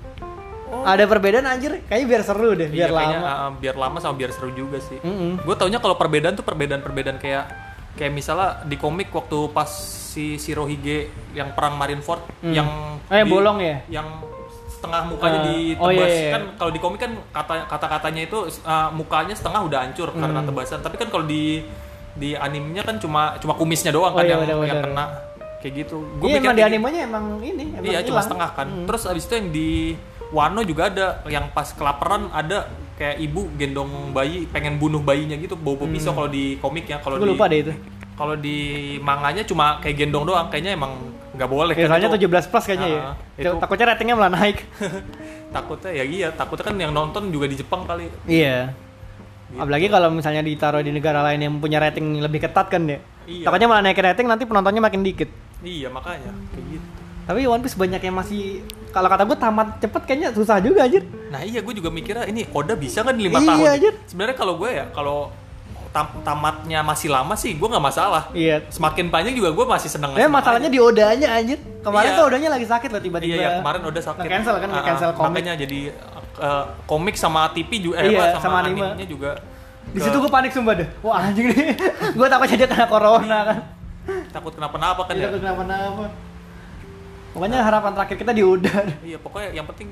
Oh. Ada perbedaan anjir, kayaknya biar seru deh, biar Iya, kayaknya, lama. ah, biar lama sama biar seru juga sih. Mm-mm. Gue taunya kalau perbedaan tuh perbedaan-perbedaan kayak kayak misalnya di komik waktu pas si Shirohige yang perang Marineford Hmm. yang Oh, yang di- bolong ya? Yang setengah mukanya Ah, ditebas. oh, iya, iya. Kan kalau di komik kan kata kata-katanya itu ah, mukanya setengah udah hancur karena Hmm. tebasan. Tapi kan kalau di di animenya kan cuma cuma kumisnya doang Oh, kan iya, yang, benar, yang benar. kena kayak gitu. Iya Gua mikir emang di kayak animenya emang ini, emang Iya cuma hilang. setengah kan. Hmm. Terus abis itu yang di Wano juga ada yang pas kelaparan ada kayak ibu gendong bayi pengen bunuh bayinya gitu bawa bawa pisau kalau di komiknya. Kalau Gue di lupa deh itu. kalau di manganya cuma kayak gendong doang kayaknya emang nggak boleh kan Biasanya itu. tujuh belas plus kayaknya ya. Ah, itu- Takutnya ratingnya malah naik. Takutnya ya iya takutnya kan yang nonton juga di Jepang kali. Iya. Gitu. Apalagi kalau misalnya ditaruh di negara lain yang punya rating lebih ketat kan ya. Iya. Takutnya malah naikin rating nanti penontonnya makin dikit. Iya makanya kayak gitu. Tapi One Piece banyak yang masih, kalau kata gue tamat cepet kayaknya susah juga anjir. Nah iya gue juga mikirnya ini Oda bisa kan di lima Iya, tahun. anjir. Sebenarnya kalau gue ya kalau tam- tamatnya masih lama sih gue nggak masalah. Iya. Semakin panjang juga gue masih seneng. Ya masalahnya di Odanya anjir. Kemarin Iya. tuh Odanya lagi sakit loh tiba-tiba. Iya, iya, kemarin udah sakit. Nge-cancel kan, Ah, nge-cancel ah, komik. Makanya jadi uh, komik sama T V juga, eh, Iya, apa, sama sama, anime. animenya juga. Di ke- situ gue panik sumpah deh. Wah anjing nih. Gue takutnya dia kena corona kan. takut kenapa-napa kan Dia ya. takut kenapa-napa. Pokoknya harapan terakhir kita di Oda. Iya, pokoknya yang penting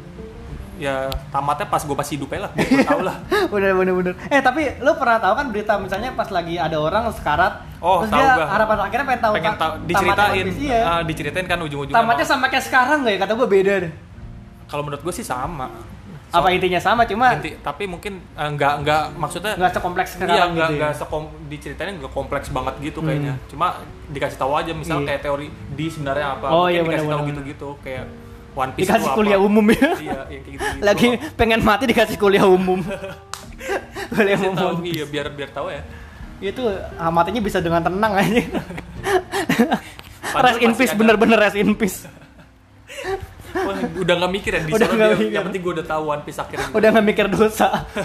ya tamatnya pas gue masih hidup aja lah, gue tau lah. Bener bener bener. Eh tapi lu pernah tahu kan berita misalnya pas lagi ada orang sekarat, Oh, terus tahu dia gua. harapan terakhirnya pengen tahu Pengen Kak, tahu tamatnya diceritain, One Piece, iya. ah, diceritain kan ujung-ujungnya. Tamatnya mau- sama kayak sekarang nggak ya? Kata gue beda deh. Kalau menurut gue sih sama. Apa intinya sama cuma Inti- tapi mungkin eh, nggak nggak maksudnya nggak sekompleks sekarang iya gitu nggak ya. nggak sekom diceritain nggak kompleks banget gitu kayaknya. Cuma dikasih tahu aja misal Iya. kayak teori di sebenarnya apa. Oh, Mungkin iya, dikasih tahu benar-benar. gitu-gitu kayak One Piece Dikasih itu kuliah apa. umum ya. Iya, yang kayak gitu. Lagi pengen mati dikasih kuliah umum. kuliah Kasih tahu, umum. iya biar biar tahu ya. Itu ah, matinya bisa dengan tenang aja. Padahal Rest in masih peace, ada- bener-bener rest in peace. Wah, udah nggak mikir ya di Udah sana nggak dia, mikir. yang penting gue udah tahu One Piece akhirnya. Udah nggak mikir dosa.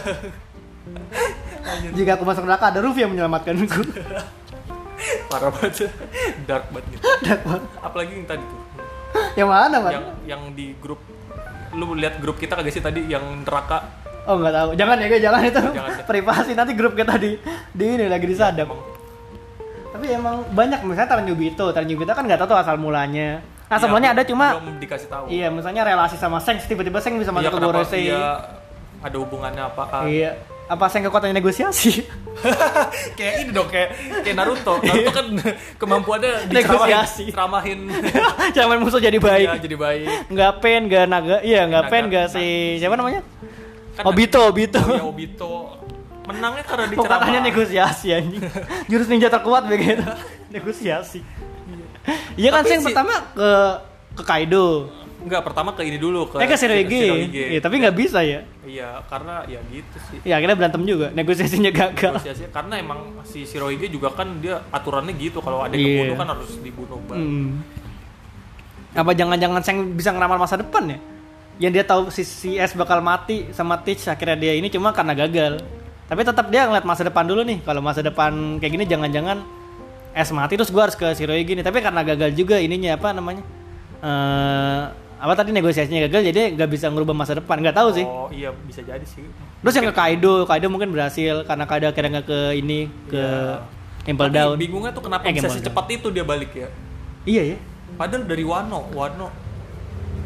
Jika aku masuk neraka ada Ruffy yang menyelamatkanku. Parah banget. Dark banget gitu. Dark banget. Apalagi yang tadi tuh. Yang mana, Mas? Yang yang di grup lu lihat grup kita kagak sih tadi yang neraka. Oh nggak tahu. Jangan ya guys, jangan itu. Jangan deh. Privasi nanti grup kita di di ini lagi disadap. Emang. Tapi emang banyak misalnya Taranyubito. Taranyubito kan nggak tahu tuh asal mulanya. Asal Iya, mulanya ada cuma belum dikasih tahu. iya, misalnya relasi sama Shanks, tiba-tiba Shanks bisa masuk Iya, ke kenapa Gorosei. dia ada hubungannya apaan? Iya. Apa Shanks ke kotanya negosiasi? Kayak ini dong kayak kayak Naruto. Naruto kan kemampuannya Negosiasi. diceramahin. Jangan musuh jadi baik. Iya, jadi baik. Nggak pen, nggak naga. Iya, nggak Naga- pen, nggak na- si siapa namanya? Kan Obito, Obito. Oh, ya Obito. Menangnya karena Kok katanya diceramahin. negosiasi anjing. Jurus ninja terkuat begitu. Negosiasi. Iya kan Tapi Shanks si- pertama ke ke Kaido. Enggak, pertama ke ini dulu ke Eh ke Shirohige. Shirohige. Iya, tapi nggak bisa ya. Iya, karena ya gitu sih. Ya akhirnya berantem juga. Negosiasinya gagal. Negosiasi karena emang si Shirohige juga kan dia aturannya gitu kalau ada yang Iya. kebunuh kan harus dibunuh bareng. Hmm. Apa jangan-jangan Shanks bisa ngeramal masa depan ya? Yang dia tahu si, si S bakal mati sama Teach akhirnya dia ini cuma karena gagal. Tapi tetap dia ngeliat masa depan dulu nih. Kalau masa depan kayak gini jangan-jangan S mati terus gua harus ke Shirohige nih. Tapi karena gagal juga ininya apa namanya? Eh apa tadi negosiasinya gagal jadi nggak bisa ngerubah masa depan. Nggak tahu sih. Oh iya bisa jadi sih. Terus yang ke Kaido, Kaido mungkin berhasil karena Kaido akhirnya nggak ke ini ke Impel Tapi Down. bingungnya tuh kenapa Eh, bisa Gamble secepat itu dia balik ya? Iya ya. Padahal dari Wano, Wano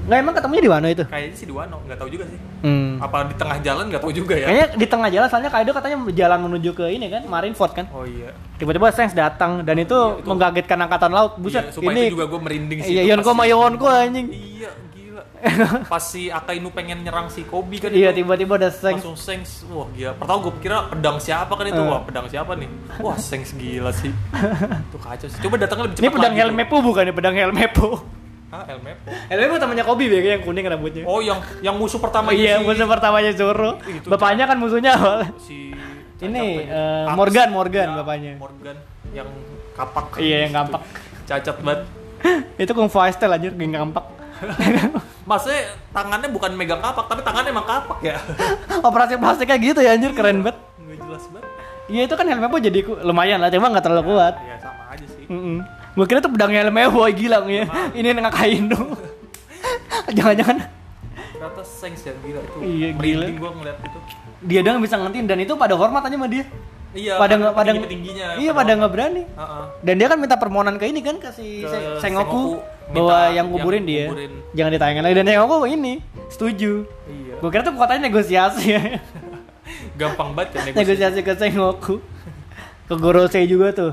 Nggak, emang ketemunya di Wano itu? Kayaknya sih di Wano, nggak tahu juga sih. Hmm. Apa di tengah jalan nggak tahu juga ya. Kayaknya di tengah jalan, soalnya Kaido katanya jalan menuju ke ini kan, Marineford kan. Oh iya. Tiba-tiba Shanks datang dan itu, Iya, itu mengagetkan angkatan laut. Buset, Iya, sumpah ini itu juga gue merinding sih. iya, itu Yonko pas sama si- Yonko anjing. Iya, gila. Pas si Akainu pengen nyerang si Kobe kan Iya, itu. tiba-tiba ada Shanks. Langsung Shanks, wah gila. Pertama gue kira pedang siapa kan itu, Eh. wah pedang siapa nih? Wah Shanks gila sih. Itu kacau sih. Coba datangnya lebih Ini cepat pedang lagi tuh. Helmepo bukan nih, pedang Helmepo. Hah, Helmepo? Helmepo temannya Kobe biasanya yang kuning rambutnya. Oh yang yang musuh pertama iya, si, musuh pertamanya Zoro. Itu Bapaknya kan musuhnya awal. si Ini, cacat eh, Aks. Morgan, Morgan Ya, bapaknya. Morgan yang kapak. Iya, yang kampak. Cacat banget. Itu Kung Fu style anjir, geng kampak. Maksudnya tangannya bukan megang kapak, tapi tangannya emang kapak ya. Operasi plastiknya gitu ya anjir, keren banget. Nggak jelas banget. Iya itu kan Helmepo jadi ku- lumayan lah, cuma nggak terlalu kuat. Ya sama aja sih. Mm Gue kira tuh pedang Helmepo, gila ya. Ini nengak Kaido. Jangan-jangan Ternyata Shanks ya gila itu. Iya, Merinding gila. gua ngeliat itu. dia doang bisa ngentiin dan itu pada hormat aja sama dia. Iya. pada nggak pada tingginya. iya pada nggak berani. Heeh. Dan dia kan minta permohonan ke ini kan ke si Ke Se- Sengoku, Sengoku minta bahwa yang yang kuburin dia kuburin. jangan ditayangin lagi, dan Sengoku ini setuju. Iya. Gue kira tuh katanya negosiasi ya. Gampang banget ya negosiasi. negosiasi ke Sengoku, ke Gorosei juga tuh.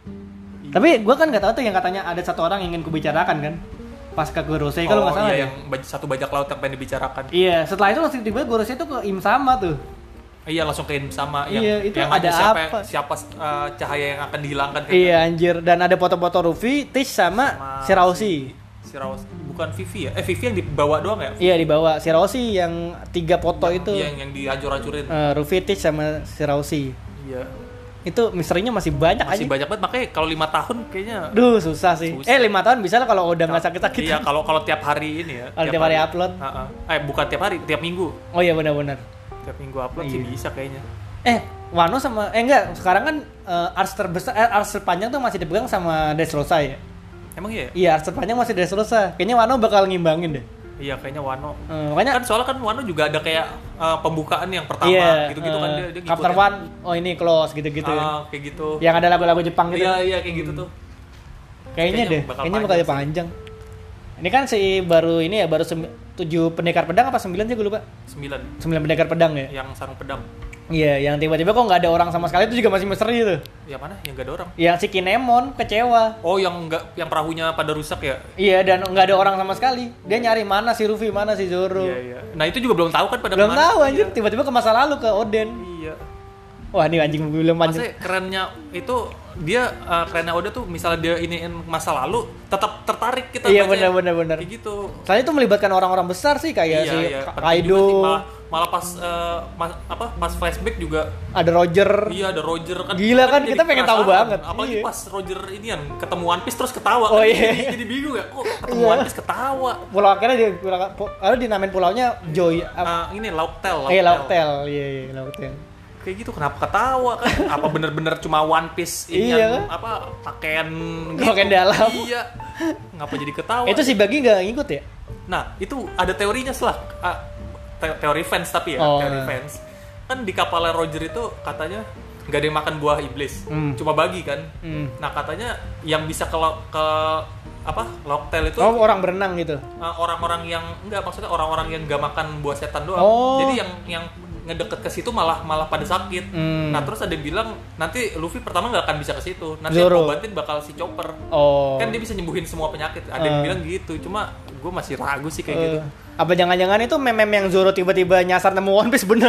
Tapi gue kan nggak tahu tuh yang katanya ada satu orang yang ingin kubicarakan kan pas ke Gorosei kalau Oh, nggak salah iya, ya. yang baj- satu bajak laut yang pengen dibicarakan. Iya, setelah itu langsung tiba-tiba Gorosei tuh ke Im sama tuh. Iya langsung ke sama yang, Iya, itu yang ada siapa, apa? siapa uh, cahaya yang akan dihilangkan kan? Iya anjir, dan ada foto-foto Ruffy, Tish sama, Sama Shiraushi. Si Raus, bukan Vivi ya? Eh Vivi yang dibawa doang ya? Iya dibawa Shiraushi yang tiga foto itu. Iya, yang, yang dihancur-hancurin. Eh, Ruffy, Tish sama Shiraushi. Iya. Itu misterinya masih banyak Masih aja. banyak banget, makanya kalau lima tahun kayaknya. Duh susah sih. Susah. Eh lima tahun bisa lah kalau udah nggak sakit-sakit. Iya, kalau kalau tiap hari ini ya. Kalau tiap hari upload. Heeh. Eh bukan tiap hari, tiap minggu. Oh iya benar-benar. Tiap minggu upload sih Iya. bisa kayaknya. Eh Wano sama eh enggak sekarang kan eh, ars terbesar eh, ars terpanjang tuh masih dipegang sama Dressrosa ya. Emang iya? ya? Iya ars terpanjang masih Dressrosa. Kayaknya Wano bakal ngimbangin deh. Iya, kayaknya Wano. Eh, makanya Kan soalnya kan Wano juga ada kayak uh, pembukaan yang pertama iya, gitu-gitu kan eh, dia dia Chapter ngikutin. One, oh ini close gitu-gitu. Ah, kayak gitu. Yang ada lagu-lagu Jepang gitu. Iya, iya kayak gitu tuh. Kayaknya, kayaknya deh, bakal kayaknya bakal panjang panjang. Ini kan si baru ini ya, baru sem- tujuh pendekar pedang apa sembilan sih gue lupa. Sembilan. Sembilan pendekar pedang ya. Yang sarung pedang. Iya, yang tiba-tiba kok nggak ada orang sama sekali itu juga masih misteri tuh. Yang mana? Yang gak ada orang. Yang si Kinemon kecewa. Oh, yang enggak yang perahunya pada rusak ya? Iya, dan nggak ada orang sama sekali. Dia nyari mana si Ruffy, mana si Zoro. Iya, iya. Nah, itu juga belum tahu kan pada Belum kemana. tahu anjir, Iya. tiba-tiba ke masa lalu ke Oden. Iya. Wah, ini anjing belum panjang. Maksudnya kerennya itu dia uh, kerennya Oda tuh misalnya dia iniin masa lalu tetap tertarik kita Iya, baca. benar, benar, benar. Kayak gitu. Soalnya itu melibatkan orang-orang besar sih kayak iya, si iya. Ka- Penting juga sih. Kaido, Malah, malah pas uh, mas- apa pas flashback juga ada Roger. iya ada Roger kan. Gila kan, jadi kita pengen tahu penasaran. banget. Apalagi Iya. pas Roger inian ketemu One Piece terus ketawa Oh, kan. iya. Jadi, jadi bingung ya. Kok ketemu Iya. One Piece ketawa. Pulau akhirnya dia pulau, lalu dinamain pulaunya Joy. Uh, ini Lauktel, Eh, Lauktel. Iya, iya, Lauktel. Kayak gitu kenapa ketawa kan? Apa bener-bener cuma One Piece ini Iya, yang apa pakaian gitu. Pakaian dalam. Iya. Ngapa jadi ketawa? Itu si Bagi nggak ngikut ya? Nah, itu ada teorinya setelah ah, te- teori fans tapi ya, Oh. teori fans. Kan di kapalnya Roger itu katanya nggak ada yang makan buah iblis, Hmm. cuma Bagi kan. Hmm. Nah, katanya yang bisa ke lo- ke apa? Loktel itu Oh, orang berenang gitu. uh, orang-orang yang enggak maksudnya orang-orang yang nggak makan buah setan doang. Oh. Jadi yang yang ngedeket ke situ malah malah pada sakit. Hmm. Nah, terus ada yang bilang nanti Luffy pertama nggak akan bisa ke situ. Nanti Zoro. yang obatin bakal si Chopper. Oh. Kan dia bisa nyembuhin semua penyakit. Ada yang Uh. bilang gitu. Cuma gue masih ragu sih kayak Eh, gitu. Apa jangan-jangan itu meme yang Zoro tiba-tiba nyasar nemu One Piece bener?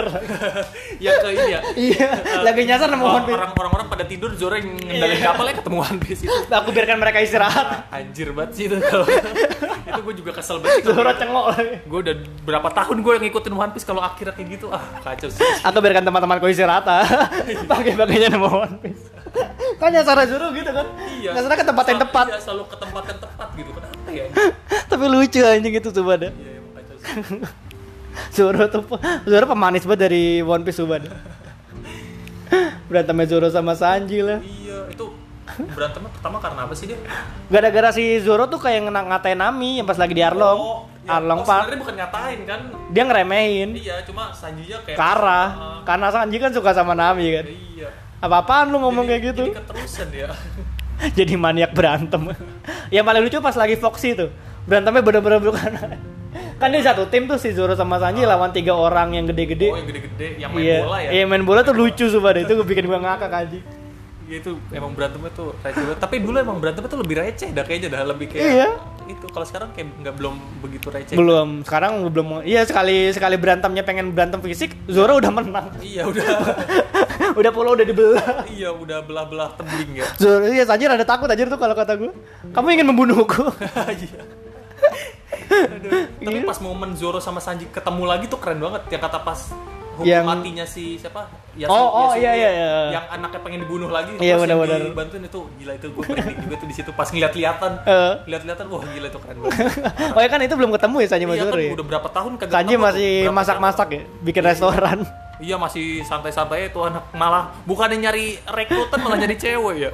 Ya ke ini ya. Iya, lagi nyasar nemu One Piece. Orang- Orang-orang pada tidur Zoro yang ngendalin kapalnya ketemu One Piece itu. Aku biarkan mereka istirahat. Ah, anjir banget sih itu kalau itu gue juga kesel banget. Zoro cengok lagi. Gue udah berapa tahun gue yang ngikutin One Piece kalau akhirnya kayak gitu ah kacau sih. Aku biarkan teman-temanku istirahat. Pakai-pakainya nemu One Piece. Kan nyasar Zoro gitu kan? Iya. Nyasarnya ke tempat yang Selalu- tepat. Iya, selalu ke tempat yang tepat gitu. Kenapa ya? Tapi lucu anjing itu coba deh. Iya, emang kacau sih. Zoro tuh Zoro pemanis banget dari One Piece coba deh. Berantemnya Zoro sama Sanji lah. Iya, itu berantemnya pertama karena apa sih dia? Gara-gara si Zoro tuh kayak ngena- ngatain Nami yang pas lagi di Arlong. Oh, ya, Arlong oh, Park. sebenarnya bukan ngatain kan? Dia ngeremehin. Iya, cuma Sanjinya kayak Kara. Ah, Karena Sanji kan suka sama Nami kan. iya. Apa-apaan lu ngomong Jadi- kayak gitu? Jadi keterusan ya. Jadi maniak berantem. Yang paling lucu pas lagi Foxy tuh. Berantemnya bener-bener bukan. Kan dia satu tim tuh si Zoro sama Sanji ah. lawan tiga orang yang gede-gede. Oh yang gede-gede yang main iya. bola ya. Iya main bola tuh lucu sumpah deh. Itu bikin gua ngakak aja. Iya itu emang berantemnya tuh receh banget. Tapi dulu emang berantemnya tuh lebih receh dah kayaknya dah lebih kayak iya. itu. Kalau sekarang kayak nggak belum begitu receh. Belum. Sekarang belum. Iya sekali sekali berantemnya pengen berantem fisik, Zoro udah menang. Iya udah. Udah pulau udah dibelah. Iya udah belah-belah tebing ya. Zoro iya Sanji ada takut aja tuh kalau kata gue. Kamu ingin membunuhku. Iya. Aduh. Tapi pas momen Zoro sama Sanji ketemu lagi tuh keren banget. Yang kata pas hukum yang... matinya si siapa? Yasu, oh, oh Yasu, iya, iya iya. Yang anaknya pengen dibunuh lagi. Iya benar-benar. Dibantuin itu gila itu gue merinding juga tuh di situ pas ngeliat-lihatan. Uh. Lihat-lihatan wah gila itu keren banget. Oh ya kan itu belum ketemu ya Sanji sama iya, Zoro. Kan ya? Udah berapa tahun kagak Sanji masih masak-masak ya, bikin iya. restoran. Iya masih santai-santai itu anak malah bukannya nyari rekrutan malah nyari cewek ya.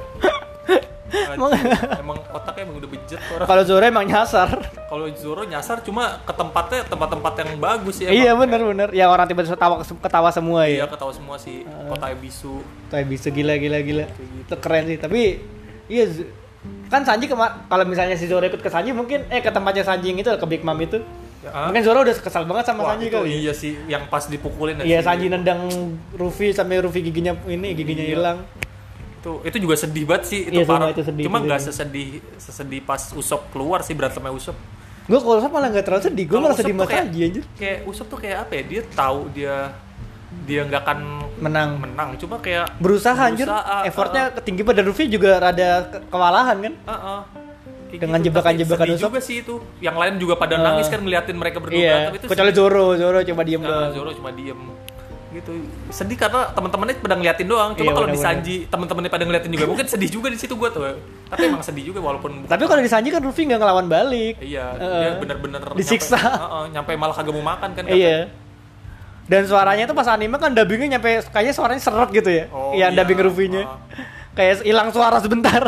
Emang, emang otaknya emang udah bejat orang. Kalau Zoro emang nyasar. Kalau Zoro nyasar cuma ke tempatnya tempat-tempat yang bagus ya. Iya benar-benar. Ya orang tiba-tiba ketawa ketawa semua ya. Iya ketawa semua sih. Uh, Kota Ebisu. Kota Ebisu gila gila gila. Gitu. Itu keren sih. Tapi iya kan Sanji kema- kalau misalnya si Zoro ikut ke Sanji mungkin eh ke tempatnya Sanji yang itu ke Big Mom itu. Ya, mungkin Zoro udah kesal banget sama Wah, Sanji kali. Iya sih yang pas dipukulin. Iya Sanji nendang Ruffy sampai Ruffy giginya ini giginya hilang. Iya. Itu itu juga sedih banget sih itu iya, parah. Itu sedih, cuma nggak sesedih sesedih pas Usopp keluar sih berantemnya Usopp. Gue kalau Usopp malah nggak terlalu sedih. Gue malah sedih mas Sanji anjir. Kayak Usopp tuh kayak apa ya? Dia tahu dia dia nggak akan menang. Menang. Cuma kayak berusaha, berusaha anjir. Uh, effortnya uh, tinggi pada Ruffy juga rada ke- kewalahan kan? Uh, uh. Dengan gitu. jebakan-jebakan Usopp juga sih itu. Yang lain juga pada uh, nangis kan ngeliatin mereka berdua iya. berantem itu. Kecuali Zoro, Zoro cuma diem nah, doang. Zoro cuma diem. Gitu sedih karena teman-temannya pada ngeliatin doang. Cuma iya, kalau di Sanji teman-temannya pada ngeliatin juga mungkin sedih juga di situ gue tuh. Tapi emang sedih juga walaupun. Tapi kalau di Sanji kan Luffy nggak ngelawan balik. Iya, uh, dia benar-benar disiksa. Nyampe, uh, uh, nyampe malah kagak mau makan kan. Iya. Dan suaranya tuh pas anime kan dubbingnya nyampe kayaknya suaranya seret gitu ya. Oh, yang iya. dubbing Luffy-nya. Uh. Kayak hilang suara sebentar.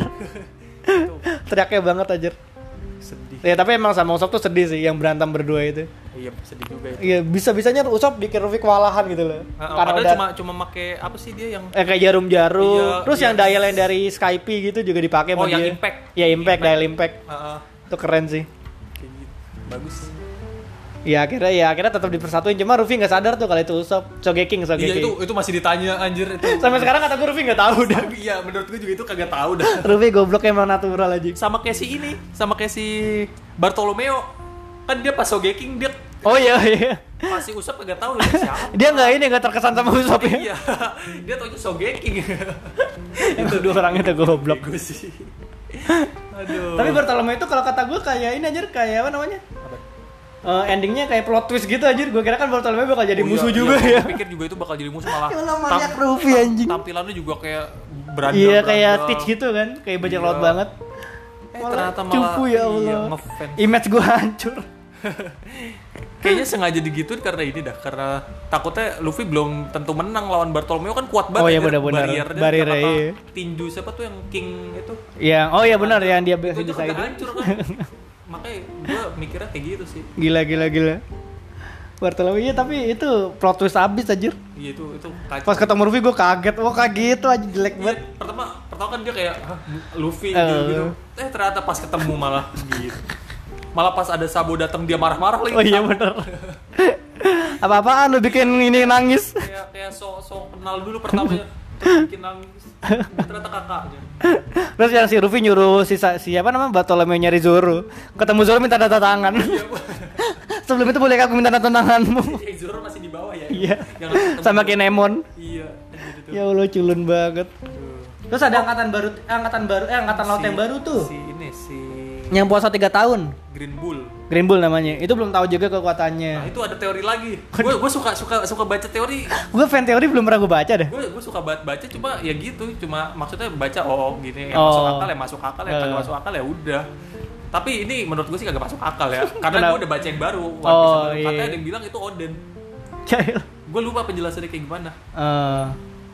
Teriaknya banget aja. Sedih. Ya tapi emang sama Usopp tuh sedih sih yang berantem berdua itu. Iya sedih juga itu. Iya bisa-bisanya Usopp bikin Ruffy kewalahan gitu loh. Uh, Karena udah cuma cuma make apa sih dia yang eh, kayak jarum-jarum. Iya, terus iya. yang dial yang dari Skype gitu juga dipakai oh, sama yang dia. Impact. Ya Impact, Impact. dial Impact. Uh-uh. Itu keren sih. Kayak gitu. Bagus. Ya akhirnya ya akhirnya tetap dipersatuin cuma Ruffy nggak sadar tuh kalau itu Usopp Sogeking Sogeking. Iya itu itu masih ditanya anjir itu. Sampai sekarang kata gue Ruffy nggak tahu dah. Iya menurut gue juga itu kagak tahu dah. Ruffy goblok emang natural aja. Sama kayak si ini, sama kayak si Bartolomeo kan dia pas Sogeking dia. Oh iya iya. Pasti Usopp kagak tahu dia siapa. Dia nggak ini nggak terkesan sama Usopp ya. Iya. Dia taunya Sogeking. Itu dua orang itu goblok. Gue sih. Aduh. Tapi Bartolomeo itu kalau kata gue kayak ini anjir kayak apa namanya? Uh, endingnya kayak plot twist gitu anjir. Gue kira kan Bartolomeo bakal jadi oh, musuh iya, juga iya, ya. Gue pikir juga itu bakal jadi musuh malah. Yang namanya Ruffy anjing. Tampilannya juga kayak berandal. Iya kayak Stitch gitu kan, kayak bajak laut banget. Eh malah ternyata malah cupu ya Allah. Iya, image gue hancur. Kayaknya sengaja digituin karena ini dah, karena takutnya Luffy belum tentu menang lawan Bartolomeo kan kuat banget. Oh iya benar-benar. Barrier iya. Tinju siapa tuh yang King itu? Yang oh iya benar yang dia bisa itu. Itu hancur kan. Makanya gue mikirnya kayak gitu sih. Gila gila gila. Bartolomeo iya tapi itu plot twist abis anjir. Iya itu itu kacau. Pas ketemu Luffy gue kaget. Wah kayak gitu aja jelek iya, banget. Pertama pertama kan dia kayak Luffy uh. gitu, gitu. Eh ternyata pas ketemu malah gitu. Malah pas ada Sabo datang dia marah-marah lagi. Oh iya benar. Apa-apaan lu bikin ini nangis? Kayak kayak so so kenal dulu pertamanya terus bikin nangis. Ternyata kakaknya. Terus yang si Luffy nyuruh si siapa namanya Bartolomeo nyari Zoro. Ketemu Zoro minta tanda tangan. Sebelum itu boleh aku minta tanda tanganmu. Eh Zoro masih di bawah ya. Iya. Sama Kinemon. Iya. Ya Allah culun banget. Terus ada angkatan baru, angkatan baru, eh angkatan laut yang baru tuh. Si ini si yang puasa tiga tahun. Green Bull. Green Bull namanya. Itu belum tahu juga kekuatannya. Nah, itu ada teori lagi. Gue gue suka suka suka baca teori. Gue fan teori belum pernah gue baca deh. Gue gue suka banget baca cuma ya gitu, cuma maksudnya baca oh gini yang oh. masuk akal ya masuk akal ya uh. kagak masuk akal ya udah. Tapi ini menurut gue sih kagak masuk akal ya. Karena gue udah baca yang baru. Oh, iya. Katanya ada yang bilang itu Oden. Gue lupa penjelasannya kayak gimana. Uh.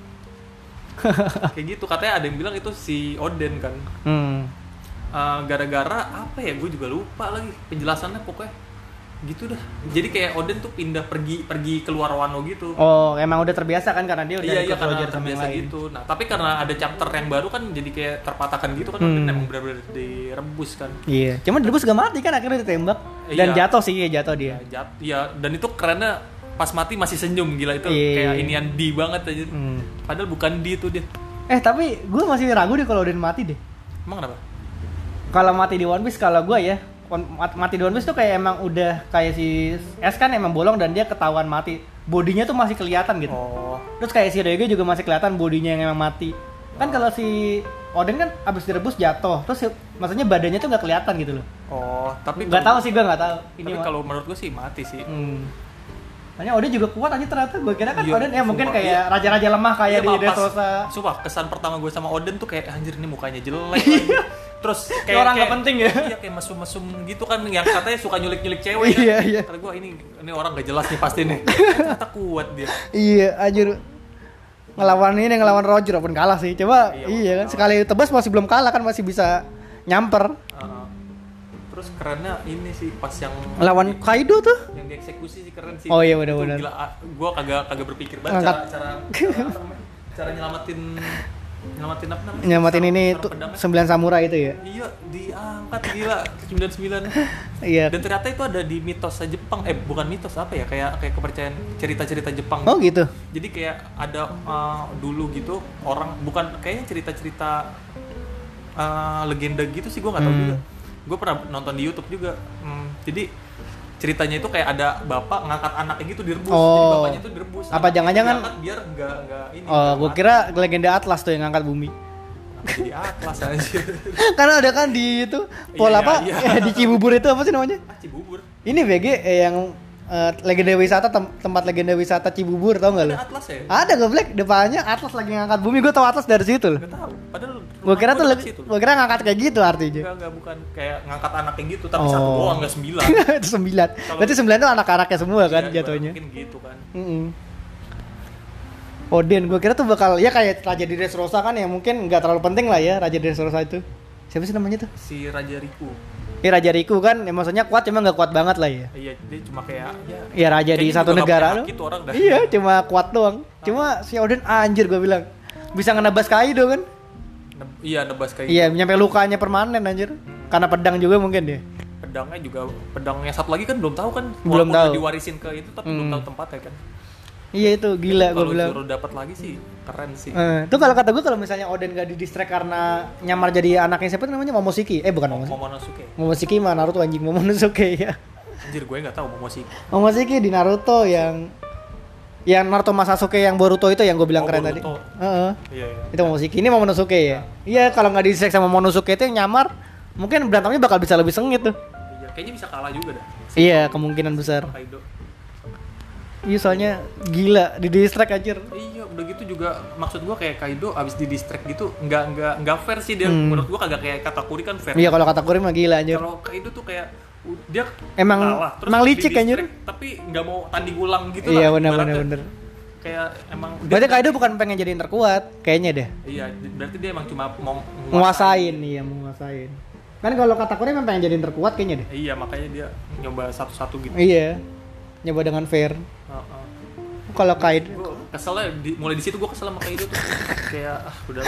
Kayak gitu katanya ada yang bilang itu si Oden kan. Hmm. Uh, gara-gara apa ya gue juga lupa lagi penjelasannya pokoknya gitu dah. Jadi kayak Oden tuh pindah pergi pergi keluar Wano gitu. Oh, emang udah terbiasa kan karena dia udah iya, ikut iya, Roger sama yang terbiasa lain. gitu. Nah, tapi karena ada chapter yang baru kan jadi kayak terpatahkan gitu kan Hmm. Oden emang benar-benar direbus kan. Iya, cuman direbus gak mati kan akhirnya ditembak dan Iya. jatuh sih, ya jatuh dia. Ya, jat, ya, dan itu kerennya pas mati masih senyum gila itu Iya. kayak inian D banget aja. Hmm. Padahal bukan D itu dia. Eh tapi gue masih ragu deh kalau Oden mati deh. Emang kenapa? Kalau mati di One Piece kalau gue ya mat- mati di One Piece tuh kayak emang udah kayak si S kan emang bolong dan dia ketahuan mati. Bodinya tuh masih kelihatan gitu. Oh. Terus kayak si Rege juga masih kelihatan bodinya yang emang mati. Kan kalau si Oden kan abis direbus jatuh. Terus si- maksudnya badannya tuh nggak kelihatan gitu loh. Oh, tapi Nggak tahu sih gue nggak tahu. Tapi Ini kalau menurut gue sih mati sih. Hmm. Makanya Oden juga kuat aja ternyata. Gue kira kan Iya, Oden ya mungkin sumpah. kayak raja-raja lemah kayak Iya, di pas- Dressrosa. Sumpah, kesan pertama gue sama Oden tuh kayak anjir ini mukanya jelek lagi. Terus kayak Orang nggak kayak- penting ya. Iya, kayak mesum-mesum gitu kan yang katanya suka nyulik-nyulik cewek kan. Iya, iya. Kata gue ini ini orang gak jelas nih pasti nih. Ternyata kuat dia. Iya, anjir. Ngelawan ini ngelawan Roger walaupun kalah sih. Coba Iya, iya, kan kalah. sekali tebas masih belum kalah kan masih bisa nyamper. Uh, terus kerennya ini sih pas yang Lawan Kaido tuh. yang dieksekusi sih keren sih. Oh iya, Itu benar-benar. Gila, ah, gua kagak kagak berpikir banget Ngangkat. cara cara cara, apa namanya, cara nyelamatin nyelamatin apa namanya? Nyamatin Sarung- ini sarung tuh pedangnya. sembilan samurai itu ya. Iya, diangkat gila sembilan puluh sembilan. Iya. Dan ternyata itu ada di mitos Jepang. Eh, bukan mitos apa ya? Kayak kayak kepercayaan cerita-cerita Jepang. Oh gitu. Jadi kayak ada uh, dulu gitu orang bukan kayaknya cerita-cerita uh, legenda gitu sih gua nggak tahu Hmm. juga. Gue pernah nonton di YouTube juga. Hmm, jadi ceritanya itu kayak ada bapak ngangkat anaknya gitu direbus. Jadi Oh. bapaknya itu direbus. Apa Anaknya jangan-jangan- diangkat biar nggak nggak ini. Oh, nggak gue mati. kira legenda Atlas tuh yang ngangkat bumi. Kenapa jadi Atlas aja. Karena ada kan di itu pol Iya, apa iya. eh, di Cibubur itu apa sih namanya? Ah, Cibubur. Ini B G eh, yang eh, legenda wisata tem- tempat legenda wisata Cibubur tau nggak lo? Ada Atlas ya? Ada gue Black depannya Atlas lagi ngangkat bumi. Gue tau Atlas dari situ loh. Gak tahu. Padahal Gue kira tuh rumah leg- gua dekat situ. gue kira ngangkat kayak gitu artinya. Enggak, enggak, bukan kayak ngangkat anaknya gitu, tapi Oh. satu doang, enggak sembilan. Itu sembilan. Kalau- Berarti sembilan tuh anak-anaknya semua kan Iya, jatuhnya. Mungkin gitu kan. Mm-mm. Oden, gue kira tuh bakal ya kayak Raja di Dressrosa kan ya mungkin nggak terlalu penting lah ya Raja di Dressrosa itu. Siapa sih namanya tuh? Si Raja Riku. Ya Raja Riku kan, ya maksudnya kuat cuma nggak kuat banget lah ya. Iya, dia cuma kayak ya Ya Raja di kayaknya satu juga nggak negara punya loh. hak gitu orang dah. Iya, cuma kuat doang. Cuma si Oden anjir gue bilang bisa ngenebas Kaido kan? Ne- iya, nebas kayak Iya, nyampe lukanya permanen anjir. Karena pedang juga mungkin dia. pedangnya juga pedangnya satu lagi kan belum tahu kan. Belum Walaupun tahu. udah diwarisin ke itu tapi belum Hmm. tahu tempatnya kan. Iya itu gila gue Kalau bilang. Zoro dapat lagi sih keren sih. Eh, tuh kalau kata gue kalau misalnya Oden gak di distract karena nyamar jadi anaknya siapa tuh namanya Momoshiki. Eh bukan Momoshiki. Momonosuke. Momoshiki mah Naruto anjing Momonosuke ya. Anjir gue enggak tahu Momoshiki. Momoshiki di Naruto yang yang Naruto Masasuke yang Boruto itu yang gue bilang Oh, keren Boruto. tadi. Heeh. Iya, iya. Itu Momoshiki. Ini Momonosuke ya. Iya kalau nggak di distract sama Momonosuke itu yang nyamar mungkin berantemnya bakal bisa lebih sengit tuh. Iya, kayaknya bisa kalah juga dah. Iya kemungkinan besar. Kaido. Iya soalnya gila di distract anjir. Iya, udah gitu juga maksud gua kayak Kaido abis di distract gitu nggak nggak nggak fair sih dia. Hmm. Menurut gua kagak kayak Katakuri kan fair. Iya kalau kata Kuri mah gila anjir. Kalau Kaido tuh kayak u- dia Emang- kalah, terus emang licik, di-distract, anjir. Tapi nggak mau tanding ulang gitu Iya lah. benar benar ibaratnya. benar. Kayak emang dia- Berarti Kaido bukan pengen jadiin terkuat kayaknya deh. Iya, berarti dia emang cuma mau Nguasain iya menguasain. Kan kalau kata Kuri emang pengen jadiin terkuat kayaknya deh. Iya, makanya dia nyoba satu-satu gitu. Iya. Nyoba dengan fair. Heeh. Kalau Kaido Gua keselnya di, mulai di situ gua kesel sama Kaido tuh. Kayak ah udah.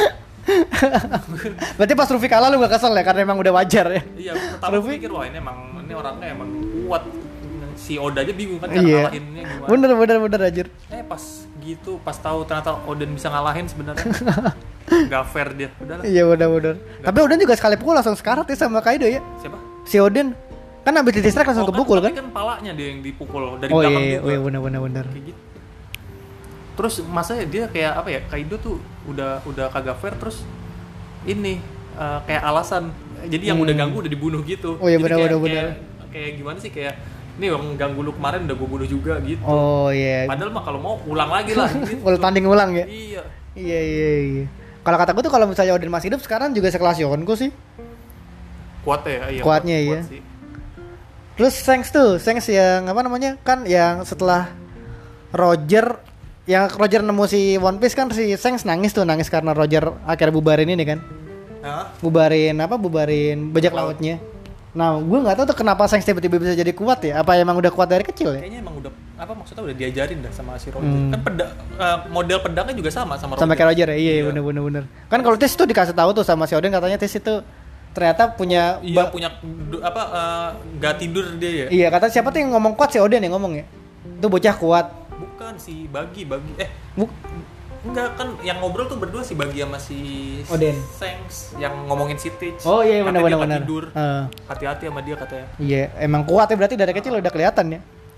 berarti pas Ruffy kalah lu gak kesel ya karena emang udah wajar ya. Iya, pertama Luffy? gue pikir wah ini emang ini orangnya emang kuat. Si Oda aja bingung kan cara Iya. ngalahinnya gimana. Bener bener bener anjir. Eh pas gitu, pas tahu ternyata Oden bisa ngalahin sebenarnya. Gak fair dia. Udahlah. Iya bener bener. Tapi Oden juga sekali pukul langsung sekarat ya sama Kaido ya. Siapa? Si Oden kan abis di distract langsung Oh, kepukul tapi kan? kan palanya dia yang dipukul dari Oh belakang iya, juga. oh iya bener bener bener. Kayak gitu. Terus masanya dia kayak apa ya? Kaido tuh udah udah kagak fair terus ini eh, kayak alasan. Jadi yang Hmm. udah ganggu udah dibunuh gitu. Oh iya, Jadi benar, kayak, benar, benar. Kayak, kayak gimana sih kayak nih yang ganggu lu kemarin udah gue bunuh juga gitu. Oh iya. Padahal mah kalau mau ulang lagi lah. Gitu. Ulang tanding ulang ya. Iya. Iya iya iya. Kalau kata gue tuh kalau misalnya Oden masih hidup sekarang juga sekelas Yonko sih. Kuatnya ya. Iya, Kuatnya, kuat iya. sih. Terus Shanks tuh, Shanks yang apa namanya? Kan yang setelah Roger yang Roger nemu si One Piece kan si Shanks nangis tuh, nangis karena Roger akhirnya bubarin ini kan. Hah? Bubarin apa? Bubarin bajak Laut. lautnya. Nah, gue nggak tahu tuh kenapa Shanks tiba-tiba bisa jadi kuat ya. Apa emang udah kuat dari kecil ya? Kayaknya emang udah apa maksudnya udah diajarin dah sama si Roger. Hmm. Kan pedang uh, model pedangnya juga sama sama Roger. Sama kayak Roger ya. Iya, Iya. iya. bener-bener bener. Kan kalau Tis tuh dikasih tahu tuh sama si Odin katanya Tis itu ternyata punya Iya ba- punya du- apa uh, nggak tidur dia ya. Iya, kata siapa tuh yang ngomong kuat si Odin yang ngomong ya. Itu bocah kuat. Bukan si Bagi Bagi eh Buk- enggak kan yang ngobrol tuh berdua si Bagi sama si Odin. Shanks yang ngomongin si Teach. Oh iya, Katanya benar dia benar nggak benar. tidur. Heeh. Hati-hati sama dia katanya. Iya, emang kuat ya berarti dari kecil udah kelihatan ya.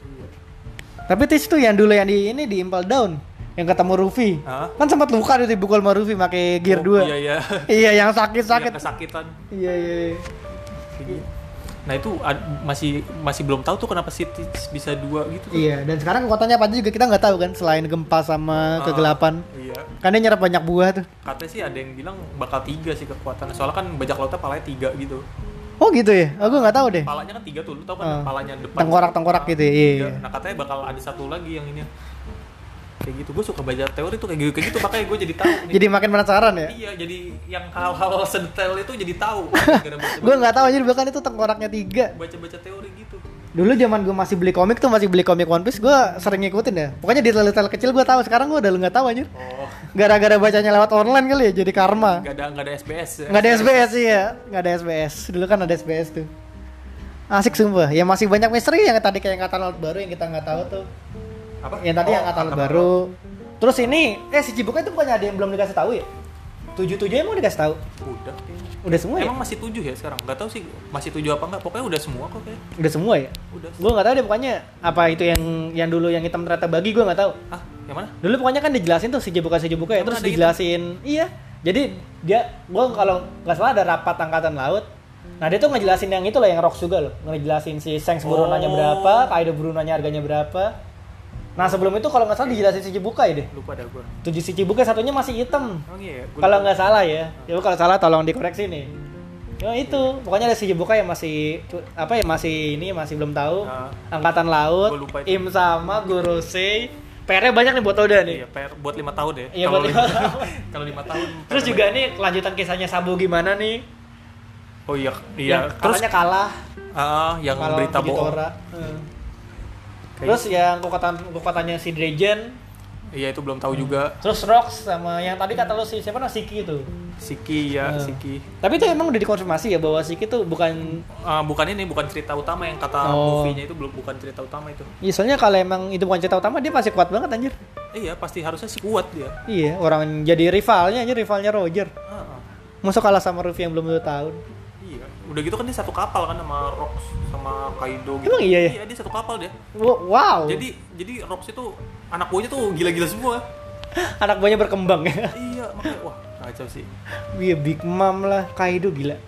Tapi Tis tuh yang dulu yang di ini di Impel Down yang ketemu Ruffy. Hah? Kan sempat luka dia dipukul sama Ruffy pakai gear Oh, dua. Iya iya. Iya, yang sakit-sakit. Yang kesakitan. Iya, iya. iya. Kayak gitu. Nah itu ad- masih masih belum tahu tuh kenapa si Teach bisa dua gitu. Iya, dan sekarang kekuatannya apa aja juga kita nggak tahu kan selain gempa sama Ah, kegelapan. Iya. Kan dia nyerap banyak buah tuh. Katanya sih ada yang bilang bakal tiga sih kekuatannya. Soalnya kan bajak lautnya palanya tiga gitu. Oh gitu ya? Aku nggak tahu deh. Palanya kan tiga tuh, lu tau kan Ah. palanya depan. Tengkorak-tengkorak Ah, gitu ya, iya, tiga. iya. Nah katanya bakal ada satu lagi yang ini. Kayak gitu. Gue suka baca teori tuh kayak gitu, kayak gitu makanya gue jadi tahu nih. Jadi makin penasaran ya? Iya, jadi yang hal-hal sedetail itu jadi tahu. Gara-gara baca- Gue nggak tahu aja bahkan itu tengkoraknya tiga. baca-baca teori gitu. Dulu zaman gue masih beli komik tuh masih beli komik One Piece gue sering ngikutin ya. Pokoknya detail-detail kecil gue tahu. Sekarang gue udah nggak tahu anjir. Oh, Gara-gara bacanya lewat online kali ya jadi karma. nggak ada nggak ada S B S ya. Nggak ada S B S sih ya, nggak ada S B S. Dulu kan ada S B S tuh. Asik sumpah. Ya masih banyak misteri yang tadi kayak angkatan laut baru yang kita nggak tahu tuh. Apa? Yang tadi Oh, yang angkatan laut angkatan baru. Terus ini, eh si Cibuka itu bukannya ada yang belum dikasih tahu ya? Tujuh tujuh emang dikasih tahu? Udah kayaknya. Udah semua ya? Emang masih tujuh ya sekarang? Nggak tahu sih masih tujuh apa enggak. Pokoknya udah semua kok kayak. Udah semua ya? Udah. Gue nggak tahu deh pokoknya apa itu yang yang dulu yang hitam ternyata bagi gue nggak tahu. Ah, yang mana? Dulu pokoknya kan dijelasin tuh si Cibuka si Cibuka ya, Emang terus ada dijelasin. Iya. Jadi dia, gue kalau nggak salah ada rapat angkatan laut. Nah dia tuh ngejelasin yang itu loh yang Rocks juga loh, ngejelasin si Shanks burunannya Oh. berapa, Kaido burunannya harganya berapa. Nah sebelum itu kalau nggak salah dijelasin si Cibuka ya deh. Lupa dah gue. Tujuh si Cibuka satunya masih hitam. Emang iya ya? Gua Kalau lupa. nggak salah ya, ya kalau salah tolong dikoreksi nih. Ya itu, pokoknya ada si Cibuka yang masih apa ya masih ini masih belum tahu. Nah. Angkatan laut, Gua lupa itu. Im sama Gorosei. P R-nya banyak nih buat Oda nih. Iya, P R buat lima tahun ya. Iya, Kalau buat lima lima tahun. Kalau lima tahun. Terus P R juga banyak. nih kelanjutan kisahnya Sabo gimana nih? Oh iya, iya. Yang Terus katanya kalah. ah, yang Kalau berita bohong. Fujitora. Hmm. Kayak- Terus yang kekuatan kekuatannya si Dragon, Iya itu belum tahu juga. terus Rocks sama yang tadi kata lo si siapa namanya Siki itu. Siki ya, Hmm. Siki. Tapi itu emang udah dikonfirmasi ya bahwa Siki itu bukan. Ah, bukan ini, bukan cerita utama yang kata Oh. movie-nya itu belum bukan cerita utama itu. Iya, soalnya kalau emang itu bukan cerita utama dia pasti kuat banget anjir. Iya, pasti harusnya sih kuat dia. Iya, orang jadi rivalnya aja, rivalnya Roger. Ah, ah. Masa kalah sama Ruffy yang belum dua tahun. Iya. Udah gitu kan dia satu kapal kan sama Rocks sama Kaido gitu. Emang iya ya? Iya, dia satu kapal dia. Wow. Jadi jadi Rocks itu anak buahnya tuh gila-gila semua. anak buahnya berkembang ya. Iya, makanya wah, kacau sih. Iya, Big Mom lah, Kaido gila.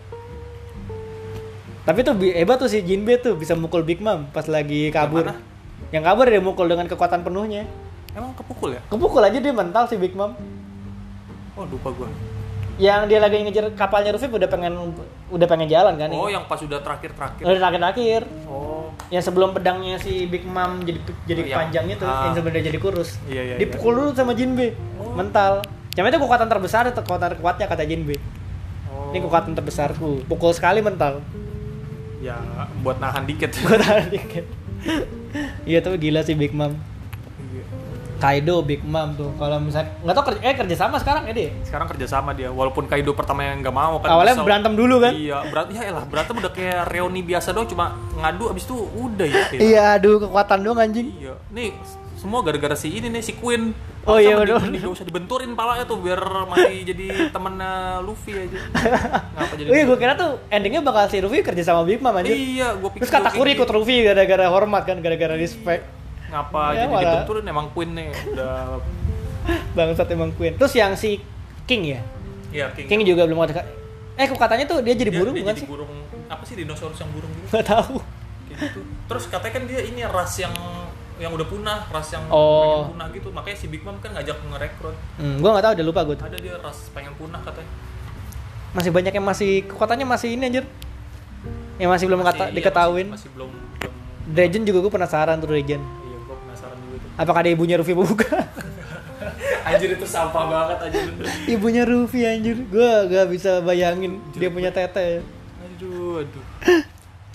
Tapi tuh bi- hebat tuh si Jinbe tuh bisa mukul Big Mom pas lagi kabur. Yang mana? Yang kabur dia mukul dengan kekuatan penuhnya. Emang kepukul ya? Kepukul aja dia mental si Big Mom. Oh, lupa gua. Yang dia lagi ngejar kapalnya Ruffy udah pengen udah pengen jalan kan. Oh, ini. yang pas udah terakhir-terakhir. Udah terakhir-terakhir. Oh. Yang sebelum pedangnya si Big Mom jadi jadi Oh, yang- panjang itu, ah. yang sebenarnya jadi kurus. Iya, iya, Dipukul dulu sama Jinbe. Oh. Mental. Cuma itu kekuatan terbesar, itu kekuatan kuatnya kata Jinbe. Oh. Ini kekuatan terbesarku. Pukul sekali mental. Ya, buat nahan dikit. Gue tahan dikit. Iya tuh gila sih Big Mom. Iya. Kaido Big Mom tuh. Kalau misalnya nggak tau kerja eh kerja sama sekarang ya dia. Sekarang kerja sama dia, walaupun Kaido pertama yang nggak mau kan. Awalnya kesel. berantem dulu kan? Iya, berantem ya elah, berantem udah kayak reuni biasa doang, cuma ngadu abis itu udah ya. kayak. Iya, aduh kekuatan doang anjing. Iya. Nih semua gara-gara si ini nih si Queen. Oh iya, Harusnya bener. mending- Gak usah dibenturin palanya tuh biar masih jadi temennya Luffy aja. Ngapa jadi? Oh iya, gue kira tuh endingnya bakal si Ruffy kerja sama Big Mom anjir. Iya, gua pikir Terus Katakuri ikut Ruffy gara-gara hormat kan, gara-gara respect. Ngapa Ya, jadi malah- dibenturin emang Queen nih udah. Bangsat emang Queen. Terus yang si King ya? Iya, King. King juga belum ada. Eh, kok katanya tuh dia jadi Dia- burung dia bukan jadi sih? burung apa sih dinosaurus yang burung gitu? Gak tahu. Kayak gitu. Terus katanya kan dia ini ras yang yang udah punah, ras yang Oh. pengen punah gitu. Makanya si Big Mom kan ngajak ngerekrut. Hmm, gue nggak tahu, udah lupa gue. Ada dia ras pengen punah katanya. Masih banyak yang masih kekuatannya masih ini anjir. Yang masih belum kata Masih- iya, diketahuin. Masih, masih belum belum Dragon juga gue penasaran tuh Dragon. iya gua penasaran juga tuh. Apakah ada ibunya Ruffy apa bukan? Anjir itu sampah banget anjir. Ibunya Ruffy anjir. Gue gak bisa bayangin dia punya tete. Aduh, aduh.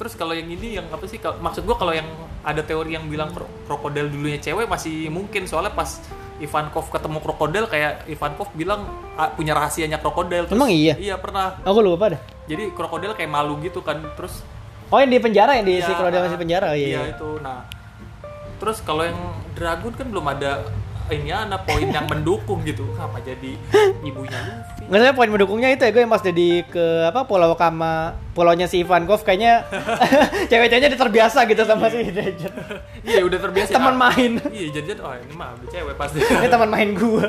Terus kalau yang ini yang apa sih? Kalo, maksud gua kalau yang ada teori yang bilang kro- krokodil dulunya cewek masih mungkin, soalnya pas Ivankov ketemu krokodil kayak Ivankov bilang ah, punya rahasianya krokodil. Terus, Emang iya? Iya pernah. Aku lupa dah. Jadi krokodil kayak malu gitu kan. Terus Oh yang di penjara yang di iya, si krokodil masih penjara. Oh, iya, iya iya. itu. Nah, terus kalau yang dragon kan belum ada ini ada poin yang mendukung gitu. Apa jadi ibunya Luffy? Nggak saya poin mendukungnya itu ya gue yang pas jadi ke apa Pulau Kama, pulaunya si Ivankov kayaknya cewek-ceweknya udah terbiasa gitu sama si Dragon. Iya udah terbiasa. Teman main. Iya jadi oh ini mah ada cewek pasti. Ini teman main gua.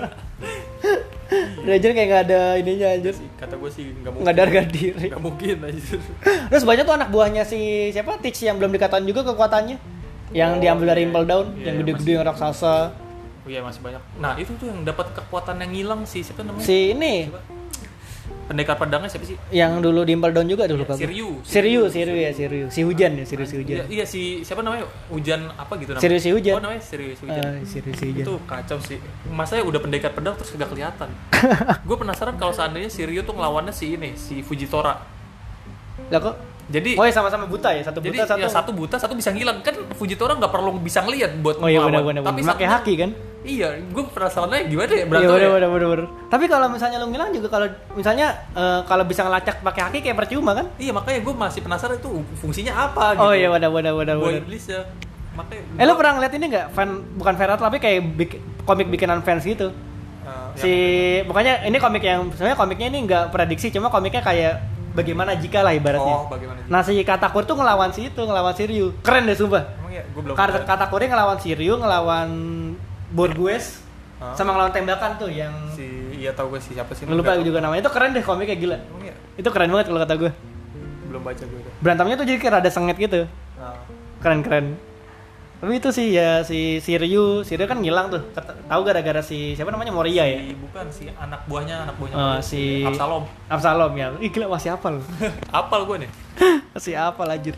Dragon kayak nggak ada ininya anjir. Kata gue sih nggak mungkin. Nggak ada harga diri. Nggak mungkin anjir. Terus banyak tuh anak buahnya si siapa Teach yang belum dikatakan juga kekuatannya. Yang Oh, diambil dari iya. Impel Down, Iya, yang iya, gede-gede masih- yang raksasa. Oh iya masih banyak. Nah itu tuh yang dapat kekuatan yang hilang sih siapa namanya? Si ini Siapa? Pendekar pedangnya siapa sih? yang dulu di Impel Down juga dulu Iya, Pak. Siryu. Siryu, Siryu ya, Siryu. Si hujan ya, Siryu si hujan. Iya, iya si siapa namanya? Hujan apa gitu namanya? Siryu si hujan. Oh namanya Siryu si hujan. Ah, Siryu si hujan. Itu kacau sih. Masanya udah pendekar pedang terus gak kelihatan. Gue penasaran kalau seandainya Siryu tuh ngelawannya si ini, si Fujitora. Lah kok? Jadi Oh ya sama-sama buta ya, satu jadi buta satu. ya satu buta, satu bisa ngilang. Kan Fujitora nggak perlu bisa ngelihat buat Oh iya ngelawan. benar-benar. Tapi Pakai satunya- haki kan? Iya, gue penasarannya gimana ya Iya berantem ya? benar benar benar. Tapi kalau misalnya lu ngilang juga kalau misalnya eh, kalau bisa ngelacak pakai haki kayak percuma kan? Iya makanya gue masih penasaran itu fungsinya apa gitu. Oh iya benar benar benar Buah benar. iblis ya. Makanya Eh lu pernah ngeliat ini nggak fan bukan fan art tapi kayak bik- komik bikinan fans gitu? uh, Si pokoknya ini komik yang sebenarnya komiknya ini nggak prediksi cuma komiknya kayak bagaimana jika lah ibaratnya. Oh, bagaimana jika? Nah si Katakuri tuh ngelawan si itu ngelawan Shiryu. Keren deh sumpah. emang ya gue belum. Kata Katakuri ngelawan Shiryu, ngelawan Borgues, Hah? sama ngelawan tembakan tuh yang Si iya tahu gue sih siapa sih. lupa Nggak juga namanya. Itu keren deh komiknya gila. tahu. Emang ya? Itu keren banget kalau kata gue. Belum baca gue itu. Berantemnya tuh jadi kayak rada sengit gitu. Nah, Keren-keren. Tapi itu sih ya si Shiryu, Shiryu kan ngilang tuh. Ket- Tahu gara-gara si siapa namanya Moria ya? si, bukan si anak buahnya anak buahnya. Oh, Moria. si Absalom. Absalom ya. Ih gila masih hafal. Apal gue nih. Masih hafal anjir.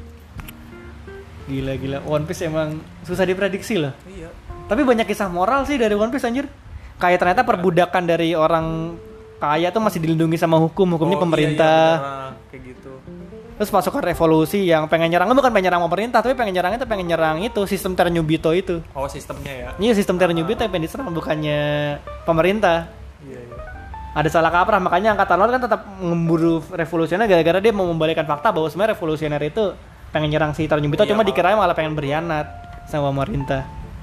Gila gila One Piece emang susah diprediksi loh. Iya. Tapi banyak kisah moral sih dari One Piece anjir. Kayak ternyata perbudakan dari orang kaya tuh masih dilindungi sama hukum, hukumnya Oh, pemerintah. Iya, iya, beneran. Kayak gitu. Terus pasukan revolusi yang pengen nyerang bukan pengen nyerang pemerintah, tapi pengen nyerang itu pengen nyerang itu sistem Ternyubito itu. Oh sistemnya ya. Iya sistem Ternyubito yang pengen diserang bukannya pemerintah. Iya iya. Ada salah kaprah makanya angkatan laut kan tetap memburu revolusioner gara-gara dia mau membalikan fakta bahwa sebenarnya revolusioner itu pengen nyerang si Ternyubito Iya, cuma malah. dikirain malah pengen berkhianat sama pemerintah.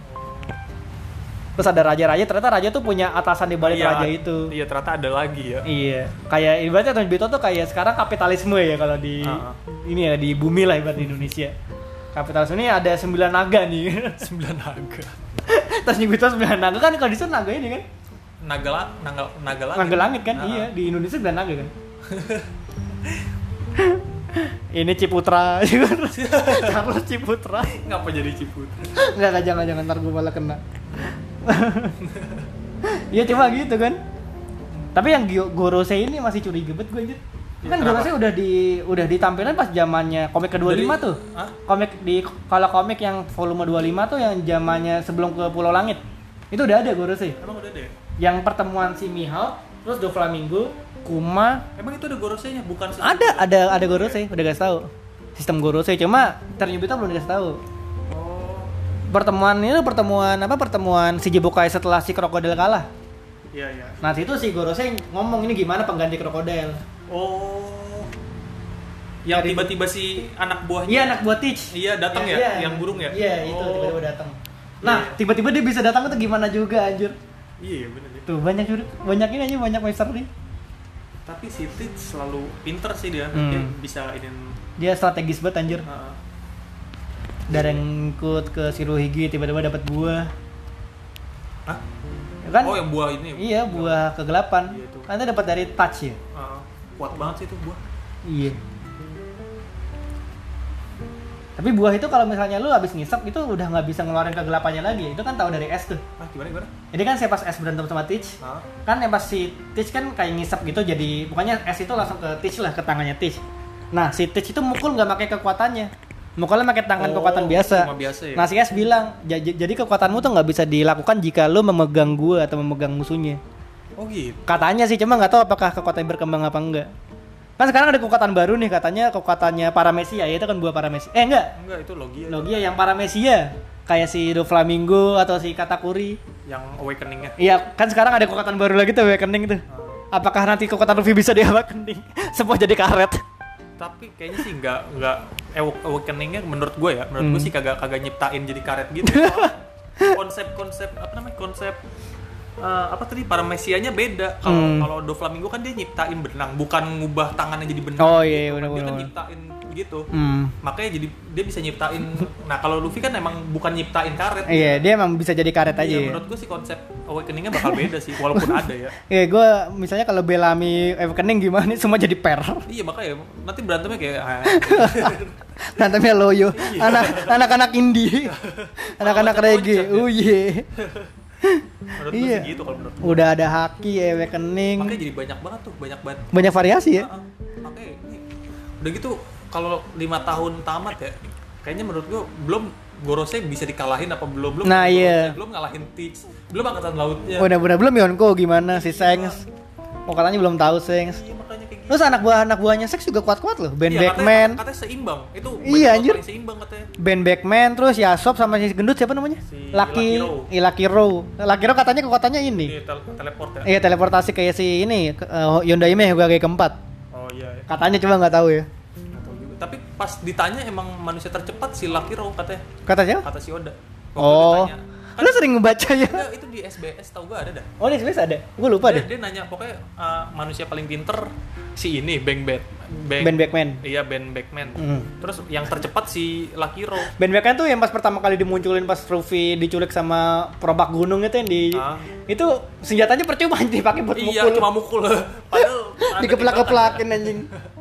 Terus ada raja-raja ternyata raja tuh punya atasan di balik Iya, raja itu. Iya ternyata ada lagi ya. Iya, kayak ibaratnya Ternyubito tuh kayak sekarang kapitalisme ya kalau di Uh-uh. ini ya di bumi lah ibarat di Indonesia. Kapitalisme ini ada sembilan naga nih. Sembilan naga. Ternyubito sembilan naga kan kalau di sana naga ini kan. Naga la- naga naga langit. Naga langit kan? Ah. Iya, di Indonesia sembilan naga kan. Ini Ciputra, Carlos Ciputra. Ngapa jadi Ciput? Enggak, enggak, jangan, jangan, ntar gue malah kena. Iya cuma gitu kan. Tapi yang Gyo- Gorosei ini masih curiga banget gue anjir. Kan Kenapa? Gorosei udah di udah ditampilin pas zamannya komik ke dua puluh lima Dari- tuh. Hah? Komik di kalau komik yang volume dua puluh lima tuh yang zamannya sebelum ke Pulau Langit. Itu udah ada Gorosei. Emang udah deh. Yang pertemuan si Mihawk, terus Doflamingo, Kuma, Emang itu ada gorosenya bukan sih? ada ada ada Gorosei, udah kasih tahu. Sistem Gorosei cuma Ternyubito belum dikasih tahu. Oh. Pertemuan ini pertemuan apa pertemuan si Jibukai setelah si krokodil kalah. Iya iya. Nah situ si Gorosei ngomong ini gimana pengganti krokodil. Oh. Yang Dari- tiba-tiba si anak buahnya. Iya anak buat Teach. Iya, datang Iya, ya? iya. Yang burung ya? Iya itu Oh. tiba-tiba datang. Nah Iya. tiba-tiba dia bisa datang itu gimana juga anjir. Iya benar ya. Tuh banyak juga banyak ini aja banyak misteri. Tapi si Tit selalu pinter sih dia. Hmm. Dia bisa ini. Dia strategis banget anjir. Heeh. Dari yang ikut ke Shirohige tiba-tiba dapat buah. Hah? Ya kan? Oh yang buah ini. Iya buah kegelapan. Iya, itu. Kan itu dapat dari touch ya. Heeh. Kuat banget sih itu buah. Iya. Tapi buah itu kalau misalnya lu habis ngisep itu udah nggak bisa ngeluarin kegelapannya lagi. Itu kan tahu dari es tuh. Ah gimana gimana? Jadi kan saya pas es berantem sama Teach, Hah? kan yang pas si Teach kan kayak ngisep gitu jadi pokoknya es itu langsung ke Teach lah ke tangannya Teach. Nah si Teach itu mukul nggak pakai kekuatannya, mukulnya pakai tangan Oh, kekuatan biasa. cuma biasa ya? Nah si es bilang "Ja- j- jadi kekuatanmu tuh nggak bisa dilakukan jika lu memegang gua atau memegang musuhnya. Oh gitu. Katanya sih cuma nggak tahu apakah kekuatan berkembang apa enggak. Kan sekarang ada kekuatan baru nih katanya kekuatannya Paramecia ya itu kan buah Paramecia. Eh enggak. Enggak, itu Logia. Logia yang Paramecia. Kayak si Doflamingo atau si Katakuri. Yang Awakening-nya. Iya, kan sekarang ada kekuatan baru lagi tuh Awakening tuh. Hmm. Apakah nanti kekuatan Luffy bisa di Awakening? Semua jadi karet. Tapi kayaknya sih enggak enggak Awakening-nya menurut gue ya, menurut hmm. gue sih kagak kagak nyiptain jadi karet gitu. Konsep-konsep apa namanya? Konsep Uh, apa tadi Paramecianya beda. Kalau hmm. kalau Doflamingo kan dia nyiptain benang, bukan ngubah tangannya jadi benang. Oh iya, gitu. Benar, dia benar. kan nyiptain gitu. Hmm. Makanya jadi dia bisa nyiptain. Nah, kalau Luffy kan emang bukan nyiptain karet. Iya, dia emang bisa jadi karet aja. Iya, menurut gue sih konsep Awakening-nya bakal beda sih, walaupun ada ya. Iya, gue misalnya kalau Bellamy Awakening gimana semua jadi per. Iya, makanya nanti berantemnya kayak berantemnya loyo. Anak anak-anak indie. Anak-anak reggae. Oh iya. Menurut iya. Gue gitu kalau menurut gue. Udah ada Haki, Awakening. Makanya jadi banyak banget tuh, banyak banget. Banyak variasi ya. Nah, makanya ini udah gitu kalau lima tahun tamat ya, kayaknya menurut gue belum Gorosei bisa dikalahin apa belum belum. Nah iya. Belum ngalahin Teach, belum angkatan lautnya. Udah-udah belum Yonko gimana si Shanks. Oh katanya belum tahu Shanks. Iya, makanya kayak gitu. Terus anak buah anak buahnya Shanks juga kuat-kuat loh. Ben iya, Beckman. Katanya, katanya seimbang. Itu iya anjir. paling seimbang katanya. Ben Beckman terus Yasop sama si gendut siapa namanya? Si Lucky Lucky Lucky Row. Lucky Row katanya kekuatannya ini. Iya, tel- teleport ya. Iya, teleportasi kayak si ini uh, Yondaime Hokage keempat. Oh iya. iya. Katanya cuma enggak tahu ya. Nggak tahu juga. Tapi pas ditanya emang manusia tercepat si Lucky Row katanya. Katanya? Kata si Oda. Waktu Oh. ditanya. Kan, lu sering ngebaca ya? Enggak, itu di S B S tau gue ada dah. Oh di S B S ada? Gue lupa dia, deh. Dia nanya pokoknya uh, manusia paling pinter si ini Bang Bet. Bang, Ben Beckman. Iya Ben Beckman. Mm. Terus yang tercepat si Lucky Row. Ben Beckman tuh yang pas pertama kali dimunculin pas Luffy diculik sama perompak gunung itu yang di ah. itu senjatanya percuma dipakai buat iya, mukul. Iya cuma mukul. Padahal dikeplak-keplakin anjing.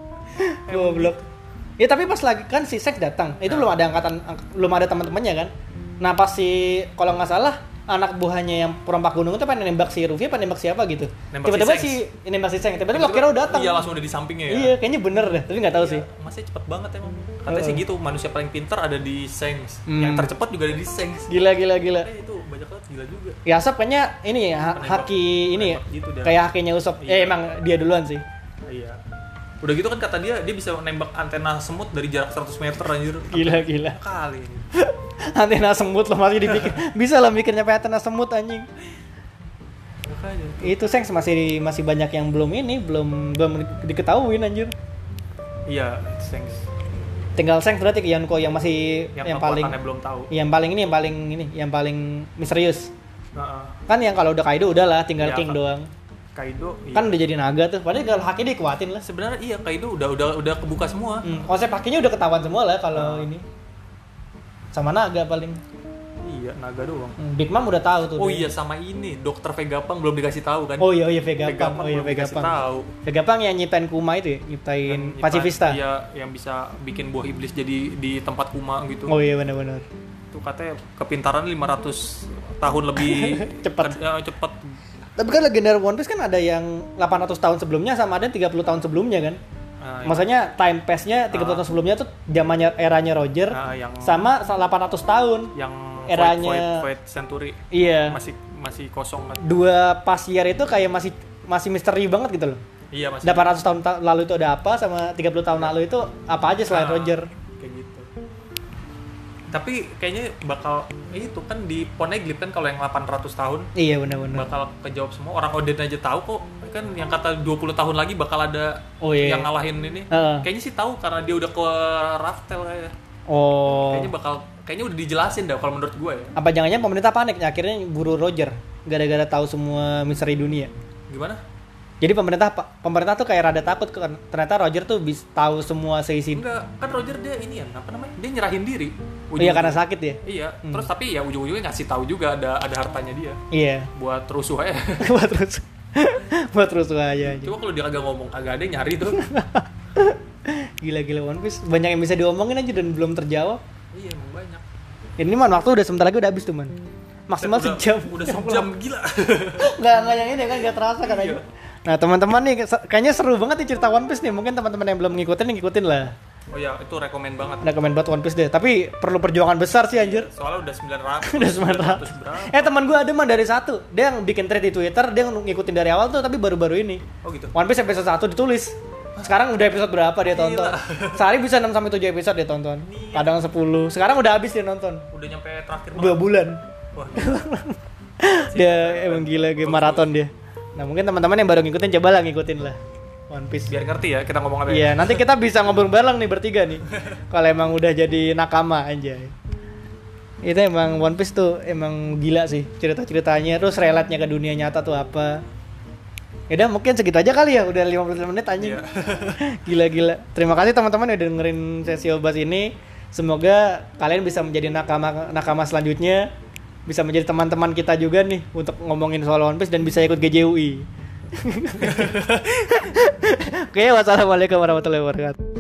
Goblok. Ya tapi pas lagi kan si Shanks datang, itu nah. belum ada angkatan belum ada teman-temannya kan. Nah pas si kalau nggak salah anak buahnya yang perompak gunung itu pengen nembak si Luffy, pengen nembak siapa gitu. Nembak tiba-tiba si, si nembak si Shanks, tiba-tiba Lucky Row datang. Iya langsung udah di sampingnya ya. Iya kayaknya bener deh, tapi nggak tahu iya, sih. Masih cepet banget emang. Katanya uh. sih gitu, manusia paling pintar ada di Shanks, hmm. yang tercepat juga ada di Shanks. Gila gila gila. Eh itu banyak banget gila juga. Ya Asap kayaknya ini ya penembak, Haki ini ya, gitu kayak Hakinya Usopp. Iya. Eh emang dia duluan sih. Iya. Udah gitu kan kata dia, dia bisa nembak antena semut dari jarak seratus meter anjir. Gila gila. Kali. Antena semut loh masih dipikir. Bisa lah mikir nyampe antena semut anjing. Makanya. Itu Shanks masih masih banyak yang belum ini, belum belum diketahuin anjir. Iya, Shanks. Tinggal Shanks berarti Yonko yang masih yang, yang paling belum tahu. Yang paling ini yang paling ini, yang paling misterius. Uh-uh. Kan yang kalau udah Kaido udah lah, tinggal ya, King kan. Doang. Kaido iya. Kan udah jadi naga tuh. Padahal kalau Haki dikuatin lah. Sebenarnya iya Kaido udah udah udah kebuka semua. Hmm. Konsep Hakinya udah ketahuan semua lah kalau uh. ini. Sama naga paling. Iya, naga doang. Hmm. Big Mom udah tahu tuh. Oh dia. Iya sama ini, Dokter Vegapunk belum dikasih tahu kan? Oh iya oh iya Vegapunk. Vegapunk oh iya Vegapunk. Tahu. Vegapunk yang nyiptain Kuma itu ya, nyiptain Pacifista. Iya, yang bisa bikin buah iblis jadi di tempat Kuma gitu. Oh iya benar-benar. Itu katanya kepintaran lima ratus tahun lebih cepat. Ya, cepat. Tapi kan legendary One Piece kan ada yang delapan ratus tahun sebelumnya sama ada yang tiga puluh tahun sebelumnya kan? Ah, maksudnya time pass-nya tiga puluh ah. tahun sebelumnya tuh zamannya eranya Roger ah, yang sama delapan ratus tahun. Yang eranya Void, Void Century. Iya. Masih masih kosong kan. Dua pas year itu kayak masih masih misteri banget gitu loh. Iya, masih. delapan ratus tahun ta- lalu itu ada apa sama tiga puluh tahun lalu itu apa aja selain ah, Roger. Kayak gitu. Tapi kayaknya bakal itu kan di Poneglyph kan kalau yang delapan ratus tahun. Iya benar-benar. Bakal kejawab semua. Orang Oden aja tahu kok. Kan yang kata dua puluh tahun lagi bakal ada oh, iya. yang ngalahin ini. Uh. Kayaknya sih tahu karena dia udah ke Raftel kayaknya. Oh. Kayaknya bakal kayaknya udah dijelasin dah kalau menurut gue ya. Apa jangan-jangan pemerintah panik akhirnya buru Roger gara-gara tahu semua misteri dunia. Gimana? Jadi pemerintah pemerintah tuh kayak rada takut kan ternyata Roger tuh bisa tahu semua seisi. Enggak, kan Roger dia ini ya, apa namanya? Dia nyerahin diri. Oh iya karena sakit ya? Iya, hmm. Terus tapi ya ujung-ujungnya ngasih tahu juga ada ada hartanya dia. Iya. Buat rusuh aja. Buat rusuh. Buat rusuh aja. Coba kalau dia kagak ngomong kagak ada yang nyari tuh. Gila-gila One Piece banyak yang bisa diomongin aja dan belum terjawab. Iya, emang banyak. Ini man waktu udah sebentar lagi udah habis tuh man. Maksimal udah, sejam. Udah sejam gila. Enggak enggak yang ini kan enggak terasa kan aja. Nah teman-teman nih kayaknya seru banget nih cerita One Piece nih. Mungkin teman-teman yang belum ngikutin ngikutin lah. Oh iya itu rekomen banget. Rekomen banget One Piece deh. Tapi perlu perjuangan besar sih anjir. Soalnya udah sembilan ratus. Udah sembilan ratus berapa? Eh teman gue ada mah dari satu. Dia yang bikin thread di Twitter. Dia ngikutin dari awal tuh tapi baru-baru ini. Oh gitu. One Piece episode satu ditulis. Sekarang udah episode berapa dia tonton? Gila. Sehari bisa enam sampai tujuh episode dia tonton. Kadang sepuluh. Sekarang udah habis dia nonton. Udah nyampe terakhir Dua bulan. Wah, Dia emang gila game maraton dia. Nah mungkin teman-teman yang baru ngikutin coba lah ngikutin lah One Piece. biar ngerti ya kita ngomong apa ya. Iya nanti kita bisa ngobrol bareng nih bertiga nih. Kalau emang udah jadi nakama aja. Itu emang One Piece tuh emang gila sih cerita-ceritanya, terus relate-nya ke dunia nyata tuh apa. Ya udah mungkin segitu aja kali ya, udah lima puluh menit anjing. Iya. Gila-gila. Terima kasih teman-teman yang udah dengerin sesi obas ini. Semoga kalian bisa menjadi nakama nakama selanjutnya. Bisa menjadi teman-teman kita juga nih untuk ngomongin soal One Piece dan bisa ikut G J U I. Oke, wassalamualaikum warahmatullahi wabarakatuh.